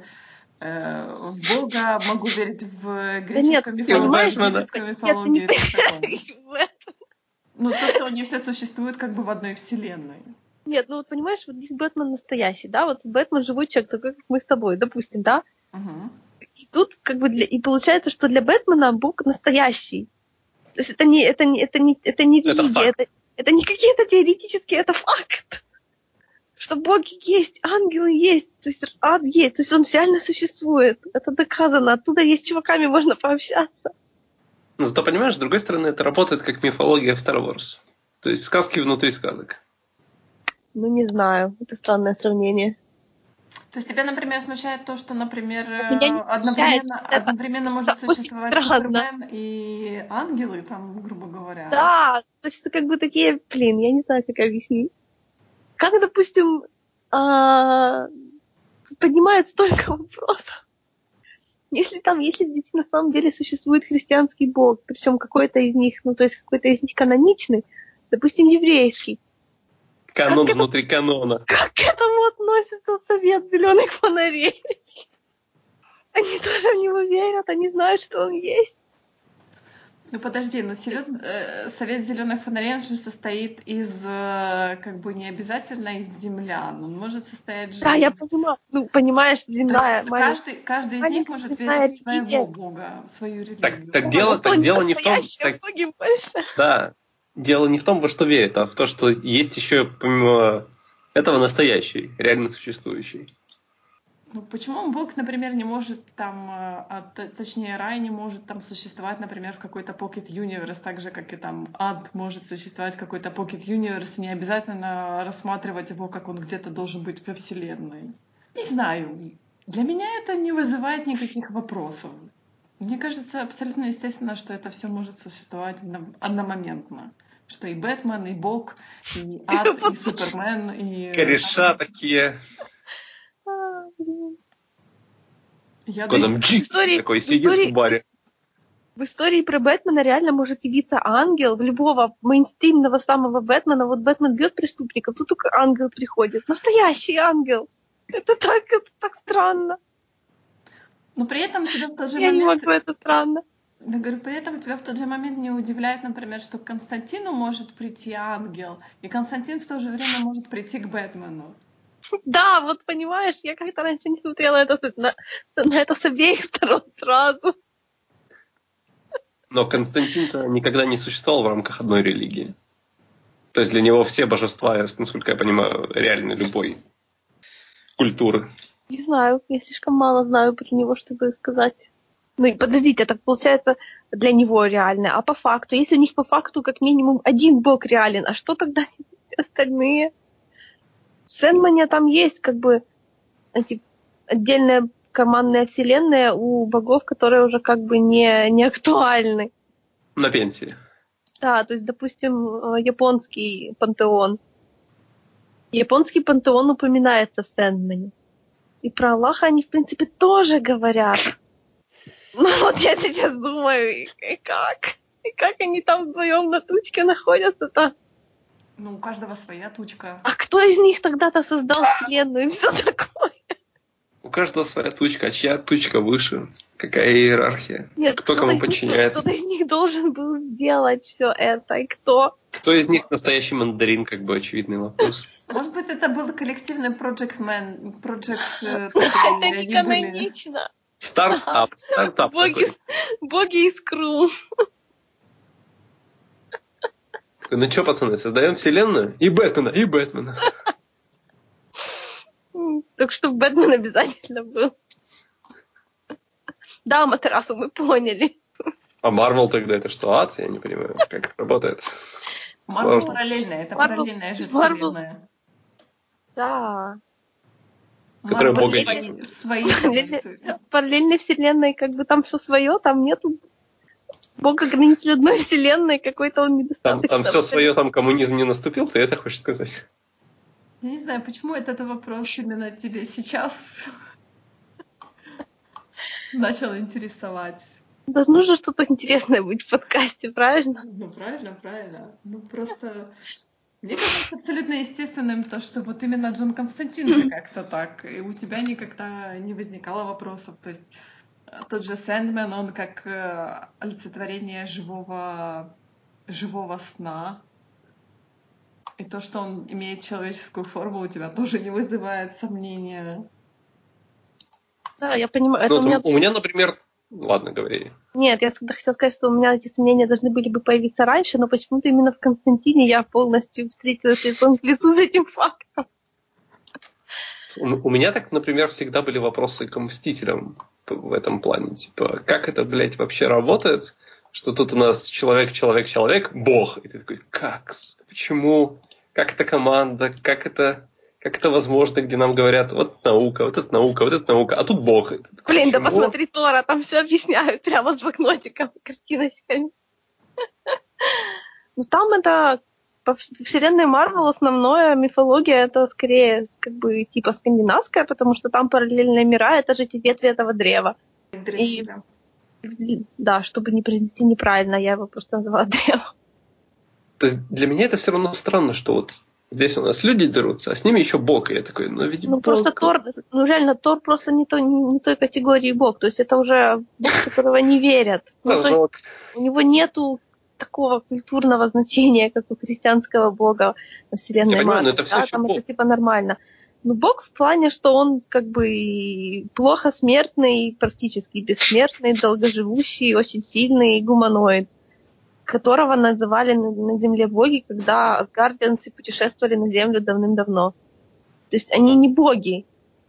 Бога, могу верить в греческую мифологию, в египетскую мифологию и все такое. Ну, то, что они все существуют как бы в одной вселенной. Нет, ну вот понимаешь, вот Бэтмен настоящий, да, вот Бэтмен живой человек, такой, как мы с тобой, допустим, да? Угу. И тут как бы и получается, что для Бэтмена Бог настоящий. То есть это не религия, это не какие-то теоретические, это факт. Что боги есть, ангелы есть, то есть ад есть, то есть он реально существует. Это доказано. Оттуда есть с чуваками можно пообщаться. Но зато, понимаешь, с другой стороны, это работает как мифология в Star Wars. То есть сказки внутри сказок. Ну, не знаю. Это странное сравнение. То есть тебя, например, смущает то, что, например, Меня не смущает, одновременно может очень существовать странно. Супермен и ангелы, там, грубо говоря. Да, то есть это как бы такие, блин, я не знаю, как объяснить. Как, допустим, поднимает столько вопросов. Если на самом деле существует христианский бог, причем какой-то из них, ну, то есть какой-то из них каноничный, допустим, еврейский. Канон внутри канона. Как к этому относится совет зеленых фонарей? Они тоже в него верят, они знают, что он есть. Ну подожди, но совет зеленых фонарей же состоит из, как бы не обязательно из землян, он может состоять же Да, из... я понимаю. Ну, понимаешь, земная маленькая. Каждый из них может верить в своего бога, в свою религию. Так дело не в том... боги больше. Да, дело не в том, во что верят, а в том, что есть еще помимо этого настоящий, реально существующий. Ну, почему Бог, например, не может там, точнее, рай не может там существовать, например, в какой-то Pocket Universe, так же, как и там ад может существовать в какой-то Pocket Universe, не обязательно рассматривать его, как он где-то должен быть во Вселенной. Не знаю. Для меня это не вызывает никаких вопросов. Мне кажется абсолютно естественно, что это все может существовать одномоментно. Что и Бэтмен, и Бог, и ад, и Супермен, и... Кореша такие. Я Когда думаю, Джик такой сидит в баре. В истории про Бэтмена реально может явиться ангел в любого мейнстримного самого Бэтмена. Вот Бэтмен бьет преступников, тут только ангел приходит. Настоящий ангел. Это так странно. но при этом тебя в тот же Я не момент... могу, это странно. Я говорю, при этом тебя в тот же момент не удивляет, например, что к Константину может прийти ангел, и Константин в то же время может прийти к Бэтмену. Да, вот понимаешь, я как-то раньше не смотрела на это с обеих сторон сразу. Но Константин-то никогда не существовал в рамках одной религии. То есть для него все божества, насколько я понимаю, реально любой культуры. Не знаю, я слишком мало знаю про него, чтобы сказать. Ну и подождите, так получается для него реально. А по факту, если у них по факту как минимум один бог реален, а что тогда остальные? В Сэндмане там есть как бы отдельная карманная вселенная у богов, которые уже как бы не актуальны. На пенсии. Да, то есть, допустим, японский пантеон. Японский пантеон упоминается в Сэндмане. И про Аллаха они, в принципе, тоже говорят. Ну вот я сейчас думаю, и как? И как они там вдвоем на тучке находятся-то? Ну, у каждого своя тучка. А кто из них тогда-то создал вселенную и все такое? У каждого своя тучка, а чья тучка выше? Какая иерархия? Нет, Кто кому подчиняется? кто-то из них должен был сделать все это, и кто? Кто из них настоящий мандарин, как бы очевидный вопрос. Может быть, это был коллективный Project Это такой, не они были... канонично. Стартап Боги, такой. боги из Кру. Ну что, пацаны, создаем вселенную? И Бэтмена. Так что Бэтмен обязательно был. Да, Матерасу, мы поняли. А Марвел тогда это что, ад? Я не понимаю, как это работает. Марвел Сложно. параллельная, это Марвел- параллельная же Марвел- вселенная. Да. Которая Марвел бога свои события. Параллельной вселенной как бы там все свое, там нету Бог ограничен одной вселенной, какой-то он недостаточно. Там все свое, там коммунизм не наступил, ты это хочешь сказать? Я не знаю, почему этот вопрос именно тебе сейчас начал интересовать. Должно же что-то интересное быть в подкасте, правильно? Ну, правильно. Ну, просто... Мне кажется абсолютно естественным то, что вот именно Джон Константин же как-то так, и у тебя никогда не возникало вопросов. То есть тот же Сэндмен, он как олицетворение живого сна. И то, что он имеет человеческую форму, у тебя тоже не вызывает сомнения. Да, я понимаю. Ну, Это у меня... у меня, например... Ладно, говори. Нет, я хотела сказать, что у меня эти сомнения должны были бы появиться раньше, но почему-то именно в Константине я полностью встретилась лицом к лицу с этим фактом. У меня так, например, всегда были вопросы к Мстителям в этом плане. Типа, как это, блядь, вообще работает? Что тут у нас человек, бог. И ты такой, как? Почему? Как это команда? Как это возможно, где нам говорят, вот наука, вот это наука, вот это наука, а тут бог. И ты такой, Блин, да почему? посмотри Тора, там все объясняют прямо с блокнотиком, картиночками. Ну там это по вселенной Марвел основная мифология это скорее как бы типа скандинавская, потому что там параллельные мира, это же эти ветви этого древа. И да, чтобы не произнести неправильно, я его просто назвала древом. То есть для меня это все равно странно, что вот здесь у нас люди дерутся, а с ними еще бог. И я такой, ну ведь Ну бог... просто Тор, ну реально Тор просто не той категории бог, то есть это уже бог, которого не верят. Ну, то есть у него нету такого культурного значения, как у христианского бога во вселенной Марвел. Но это все еще там бог. это типа нормально. Но бог в плане, что он как бы плохо смертный, практически бессмертный, долгоживущий, очень сильный гуманоид, которого называли на земле боги, когда асгардианцы путешествовали на землю давным-давно. То есть они не боги.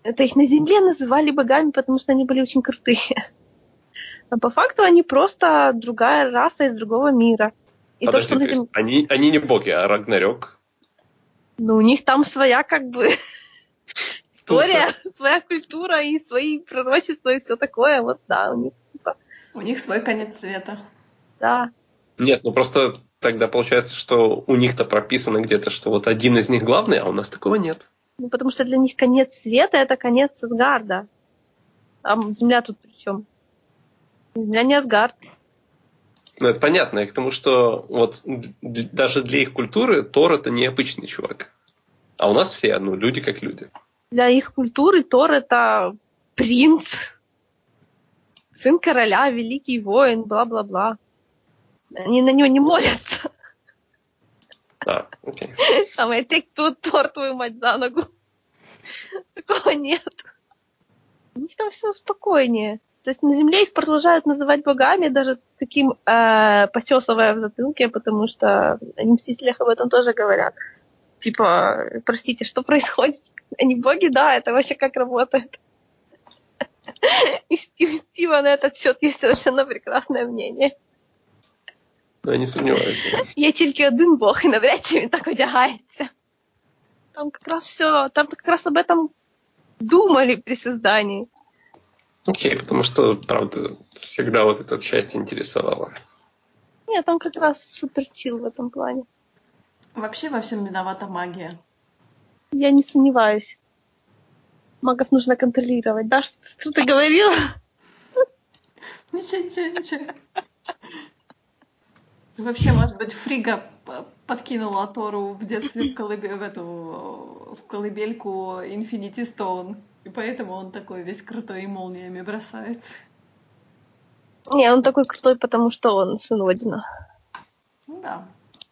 Это их на Земле называли богами, потому что они были очень крутые. А по факту они просто другая раса из другого мира. И Подожди, то, то что есть они не боги, а Рагнарёк. Ну, у них там своя как бы Туса. история, своя культура и свои пророчества и все такое. Вот да, у них типа, У них свой конец света. да. Нет, ну просто тогда получается, что у них-то прописано где-то, что вот один из них главный, а у нас такого нет. Ну, потому что для них конец света — это конец Асгарда. А Земля тут при чем? Земля не Асгард. Ну, это понятно, и к тому, что вот даже для их культуры Тор это не обычный чувак. А у нас все, ну, люди как люди. Для их культуры Тор — это принц, сын короля, великий воин, бла-бла-бла. Они на него не молятся. А, окей. Там, те, кто Тор, твою мать, за ногу. Такого нет. У них там все спокойнее. То есть на Земле их продолжают называть богами, даже таким почесывая в затылке, потому что они в «Мстителях» об этом тоже говорят. Типа, простите, что происходит? Они боги? Да, это вообще как работает. И Стива на этот счет есть совершенно прекрасное мнение. Ну, я не сомневаюсь. Да. Є тільки один бог, і навряд чи він так одягається. Там как раз все, там как раз об этом думали при создании. Окей, потому что, правда, всегда вот эта часть интересовала. Нет, там как раз супер чил в этом плане. Вообще во всем виновата магия. Я не сомневаюсь. Магов нужно контролировать. Да, что ты говорила? Ничего. Вообще, может быть, Фрига подкинула Тору в детстве в колыбельку Infinity Stone. И поэтому он такой весь крутой и молниями бросается. Не, он такой крутой, потому что он сын Одина. Ну да.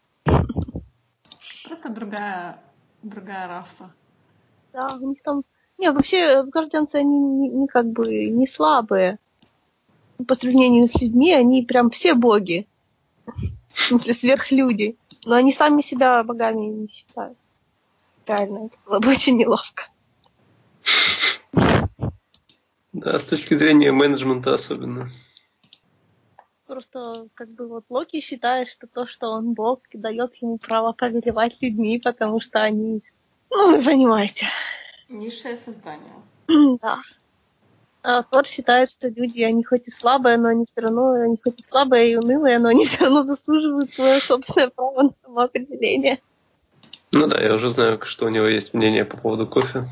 Просто другая раса. Да, у них там... Не, вообще, асгардианцы, они не как бы не слабые. По сравнению с людьми, они прям все боги. В смысле, сверхлюди. Но они сами себя богами не считают. Реально, это было бы очень неловко. Да, с точки зрения менеджмента особенно. Просто как бы вот Локи считает, что то, что он бог, дает ему право повелевать людьми, потому что они... Ну, вы понимаете. Низшее создание. Да. А Тор считает, что люди, они хоть и слабые, но они все равно, они хоть и слабые и унылые, но они все равно заслуживают свое собственное право на самоопределение. Ну да, я уже знаю, что у него есть мнение по поводу кофе.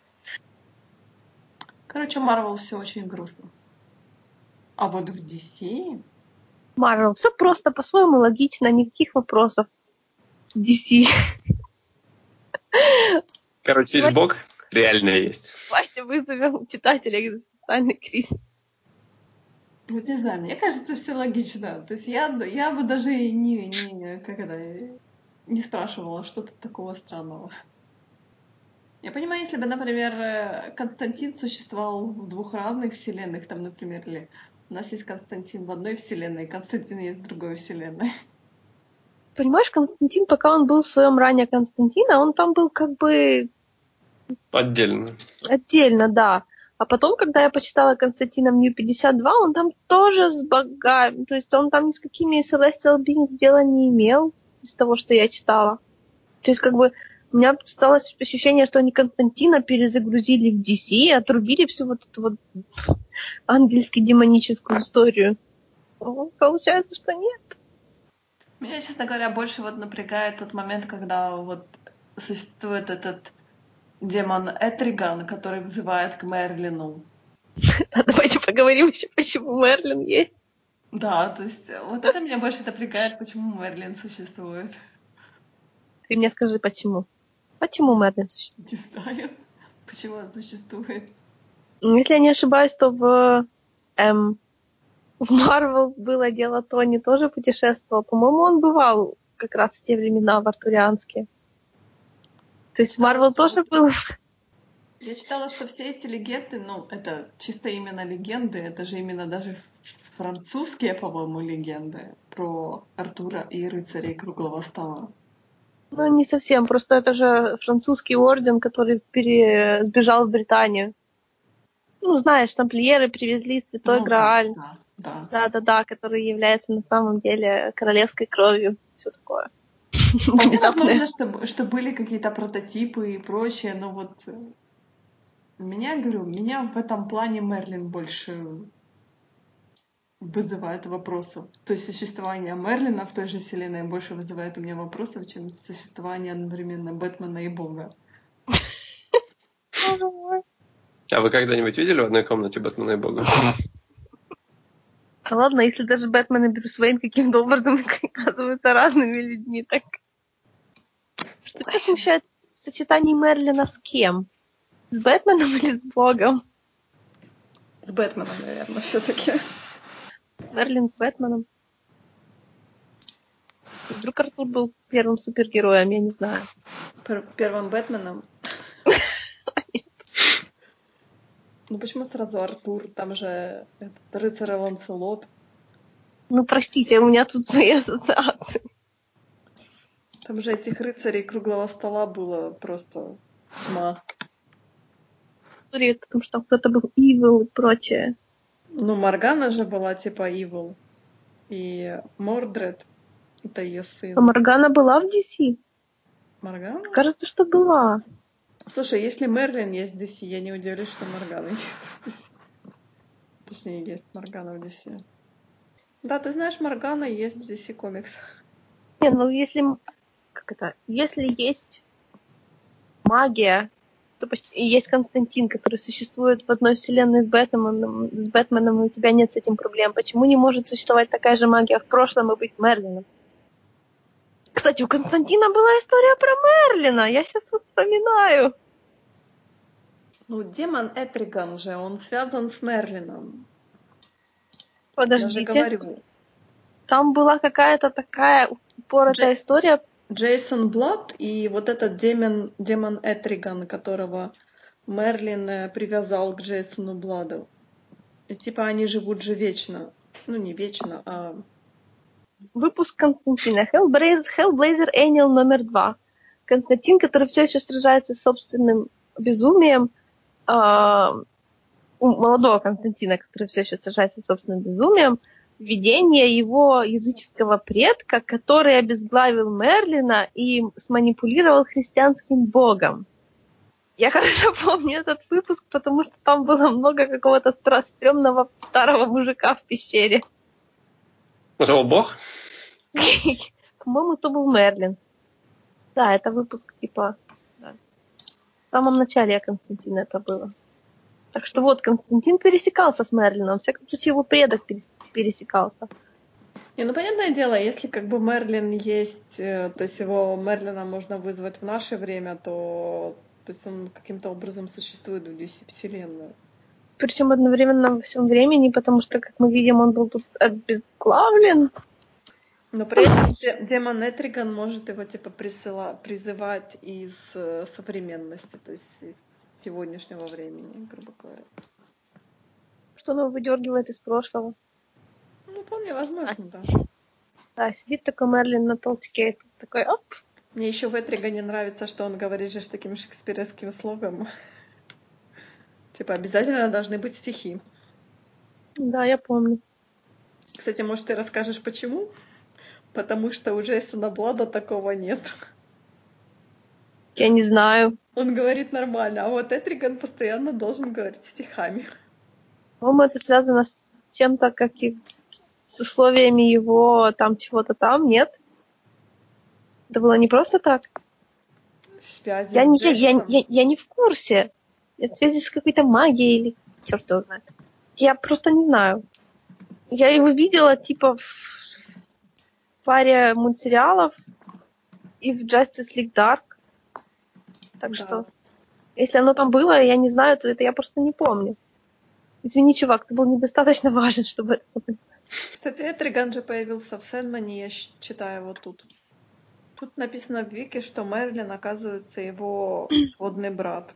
Короче, Марвел все очень грустно. А вот в DC... Марвел, все просто, по-своему логично, никаких вопросов. DC. Короче, есть бог, реально есть. Давайте вызовем читателя экзистенциальный кризис. Вот не знаю, мне кажется, все логично. То есть я бы даже и не спрашивала, что тут такого странного. Я понимаю, если бы, например, Константин существовал в двух разных вселенных, там, например, или у нас есть Константин в одной вселенной, Константин есть в другой вселенной. Понимаешь, Константин, пока он был в своем ране Константина, он там был как бы Отдельно. отдельно, да. А потом, когда я почитала Константина в Нью 52, он там тоже с богами. То есть он там ни с какими Celestial Beings дела не имел из того, что я читала. То есть как бы у меня осталось ощущение, что они Константина перезагрузили в DC и отрубили всю вот эту вот ангельски-демоническую историю. Ну, получается, что нет. Меня, честно говоря, больше вот напрягает тот момент, когда вот существует этот демон Этриган, который взывает к Мерлину. Давайте поговорим еще, почему Мерлин есть. Да, то есть вот это меня больше напрягает, почему Мерлин существует. Ты мне скажи, почему. Почему Мерлин существует? Не знаю, почему он существует. Если я не ошибаюсь, то в Марвел было дело, Тони тоже путешествовал. По-моему, он бывал как раз в те времена в Артурианске. То есть Марвел тоже был... Я читала, что все эти легенды, ну, это чисто именно легенды, это же именно даже французские, по-моему, легенды про Артура и рыцарей круглого стола. Ну, не совсем. Просто это же французский орден, который сбежал в Британию. Ну, знаешь, тамплиеры привезли Святой Ну Грааль. да. Да, который является на самом деле королевской кровью. Все такое. Вполне Внезапное. возможно, что были какие-то прототипы и прочее, но вот меня в этом плане Мерлин больше вызывает вопросов. То есть существование Мерлина в той же вселенной больше вызывает у меня вопросов, чем существование одновременно Бэтмена и Бога. Боже мой. А вы когда-нибудь видели в одной комнате Бэтмена и Бога? Да ладно, если даже Бэтмен и Брюс Уэйн каким-то образом оказываются разными людьми, так что тебя смущает в сочетании Мерлина с кем? С Бэтменом или с Богом? С Бэтменом, наверное, все-таки. Мерлин с Бэтменом. Вдруг Артур был первым супергероем, я не знаю. Первым Бэтменом. Ну почему сразу Артур? Там же этот рыцарь Ланселот. Ну, простите, у меня тут свои ассоциации. Там же этих рыцарей круглого стола было просто тьма. История о том, что кто-то был evil и прочее. Ну, Моргана же была типа Evil. И Мордред, это ее А сын. Моргана была в DC? Моргана? Кажется, что была. Слушай, если Мерлин есть в DC, я не удивлюсь, что Моргана нет в DC. Точнее, есть Моргана в DC. Да, ты знаешь, Моргана есть в DC комиксах. Не, ну если... Как это? Если есть магия, то почти есть Константин, который существует в одной вселенной с Бэтменом, и у тебя нет с этим проблем. Почему не может существовать такая же магия в прошлом и быть Мерлином? Кстати, у Константина была история про Мерлина. Я сейчас вот вспоминаю. Ну, демон Этриган же, он связан с Мерлином. Я же Подождите. говорю. Там была какая-то такая упоротая история. Джейсон Блад и вот этот демон Этриган, которого Мерлин привязал к Джейсону Бладу. И типа они живут же вечно. Ну, не вечно, а... Выпуск Константина. Hellblazer Annual номер 2. Константин, который все еще сражается с собственным безумием. У молодого Константина, который все еще сражается с собственным безумием. Видение его языческого предка, который обезглавил Мерлина и сманипулировал христианским богом. Я хорошо помню этот выпуск, потому что там было много какого-то стрёмного старого мужика в пещере. Это был Бог? По-моему, это был Мерлин. Да, это выпуск типа... Да. В самом начале Константина это было. Так что вот, Константин пересекался с Мерлином. В всяком случае, его предок пересекался. Не, ну, понятное дело, если как бы Мерлин есть, то есть его Мерлина можно вызвать в наше время, то есть он каким-то образом существует в DC-вселенной. Причем одновременно во всем времени, потому что, как мы видим, он был тут обезглавлен. Но при этом демон Этриган может его типа призывать из современности, то есть из сегодняшнего времени, грубо говоря. Что он его выдергивает из прошлого. Ну, вполне возможно, да. Да, сидит такой Мерлин на толчке, и тут такой, оп. Мне еще в Этригане нравится, что он говорит же таким шекспировским слогом. Типа, обязательно должны быть стихи. Да, я помню. Кстати, может, ты расскажешь, почему? Потому что у Джейсона Блада такого нет. Я не знаю. Он говорит нормально, а вот Этриган постоянно должен говорить стихами. По-моему, это связано с чем-то, как и с условиями его там чего-то там, нет? Это было не просто так? Связи Я с не, Джейсоном. я не в курсе. В связи с какой-то магией или черт его знает. Я просто не знаю. Я его видела типа в паре мультсериалов и в Justice League Dark. Так Да. что, если оно там было, я не знаю, то это я просто не помню. Извини, чувак, ты был недостаточно важен, чтобы это запомнить. Кстати, Этриган же появился в Сэндмане, я читаю его тут. Тут написано в Вики, что Мерлин, оказывается, его сводный брат.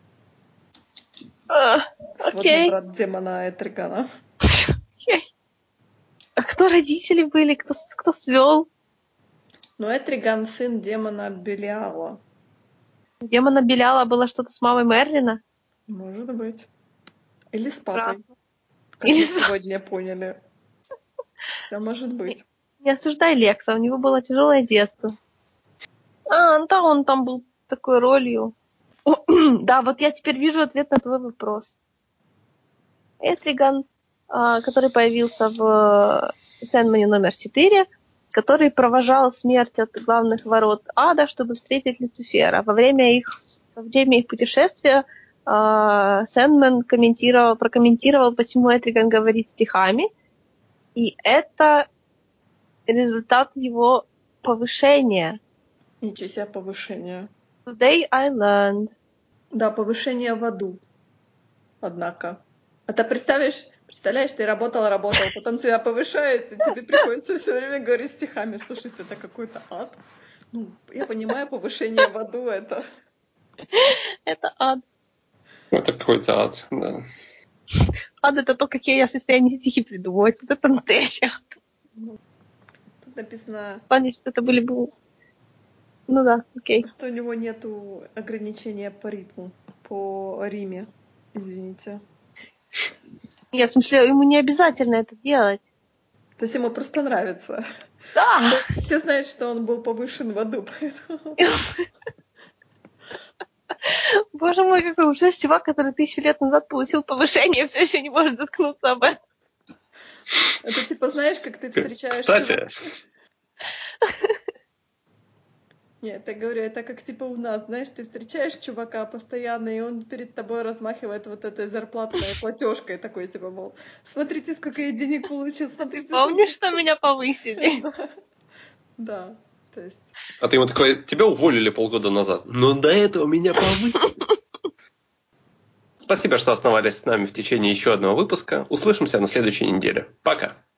Сводный Окей. брат демона Этригана. Окей. А кто родители были? Кто свел? Но Этриган сын демона Белиала. Демона Беляла было что-то с мамой Мерлина? Может быть. Или с папой, Правда. как Или мы с- сегодня поняли. Все может быть. Не осуждай Лекса, у него было тяжелое детство. Ну да, он там был такой ролью. Да, вот я теперь вижу ответ на твой вопрос. Этриган, который появился в Сэндмане номер 4, который провожал смерть от главных ворот ада, чтобы встретить Люцифера. Во время их путешествия Сэндман прокомментировал, почему Этриган говорит стихами, и это результат его повышения. Ничего себе повышение. Today I learned. Да, повышение в аду. Однако. А ты представляешь, ты работал, потом тебя повышают, и тебе приходится все время говорить стихами. Слушайте, это какой-то ад. Ну, я понимаю, повышение в аду это. Это ад. Это какой-то ад, да. Ад это то, какие я в состоянии стихи придумывать. Вот это настоящий ад. Тут написано, В плане, что это были бы... Ну да, окей. что у него нету ограничения по ритму, по риме. Извините. Нет, в смысле, ему не обязательно это делать. То есть ему просто нравится. Да! То есть все знают, что он был повышен в аду, поэтому... Боже мой, какой ужас. Чувак, который 1000 лет назад получил повышение, все еще не может заткнуться об этом. Это типа, знаешь, как ты встречаешь... Кстати, Нет, я говорю, это как типа у нас, знаешь, ты встречаешь чувака постоянно, и он перед тобой размахивает вот этой зарплатной платежкой такой, типа, мол, смотрите, сколько я денег получил, смотрите, Помнишь, сколько... что меня повысили? Да, то есть... а ты ему такой, тебя уволили полгода назад. Но до этого меня повысили. Спасибо, что оставались с нами в течение еще одного выпуска. Услышимся на следующей неделе. Пока.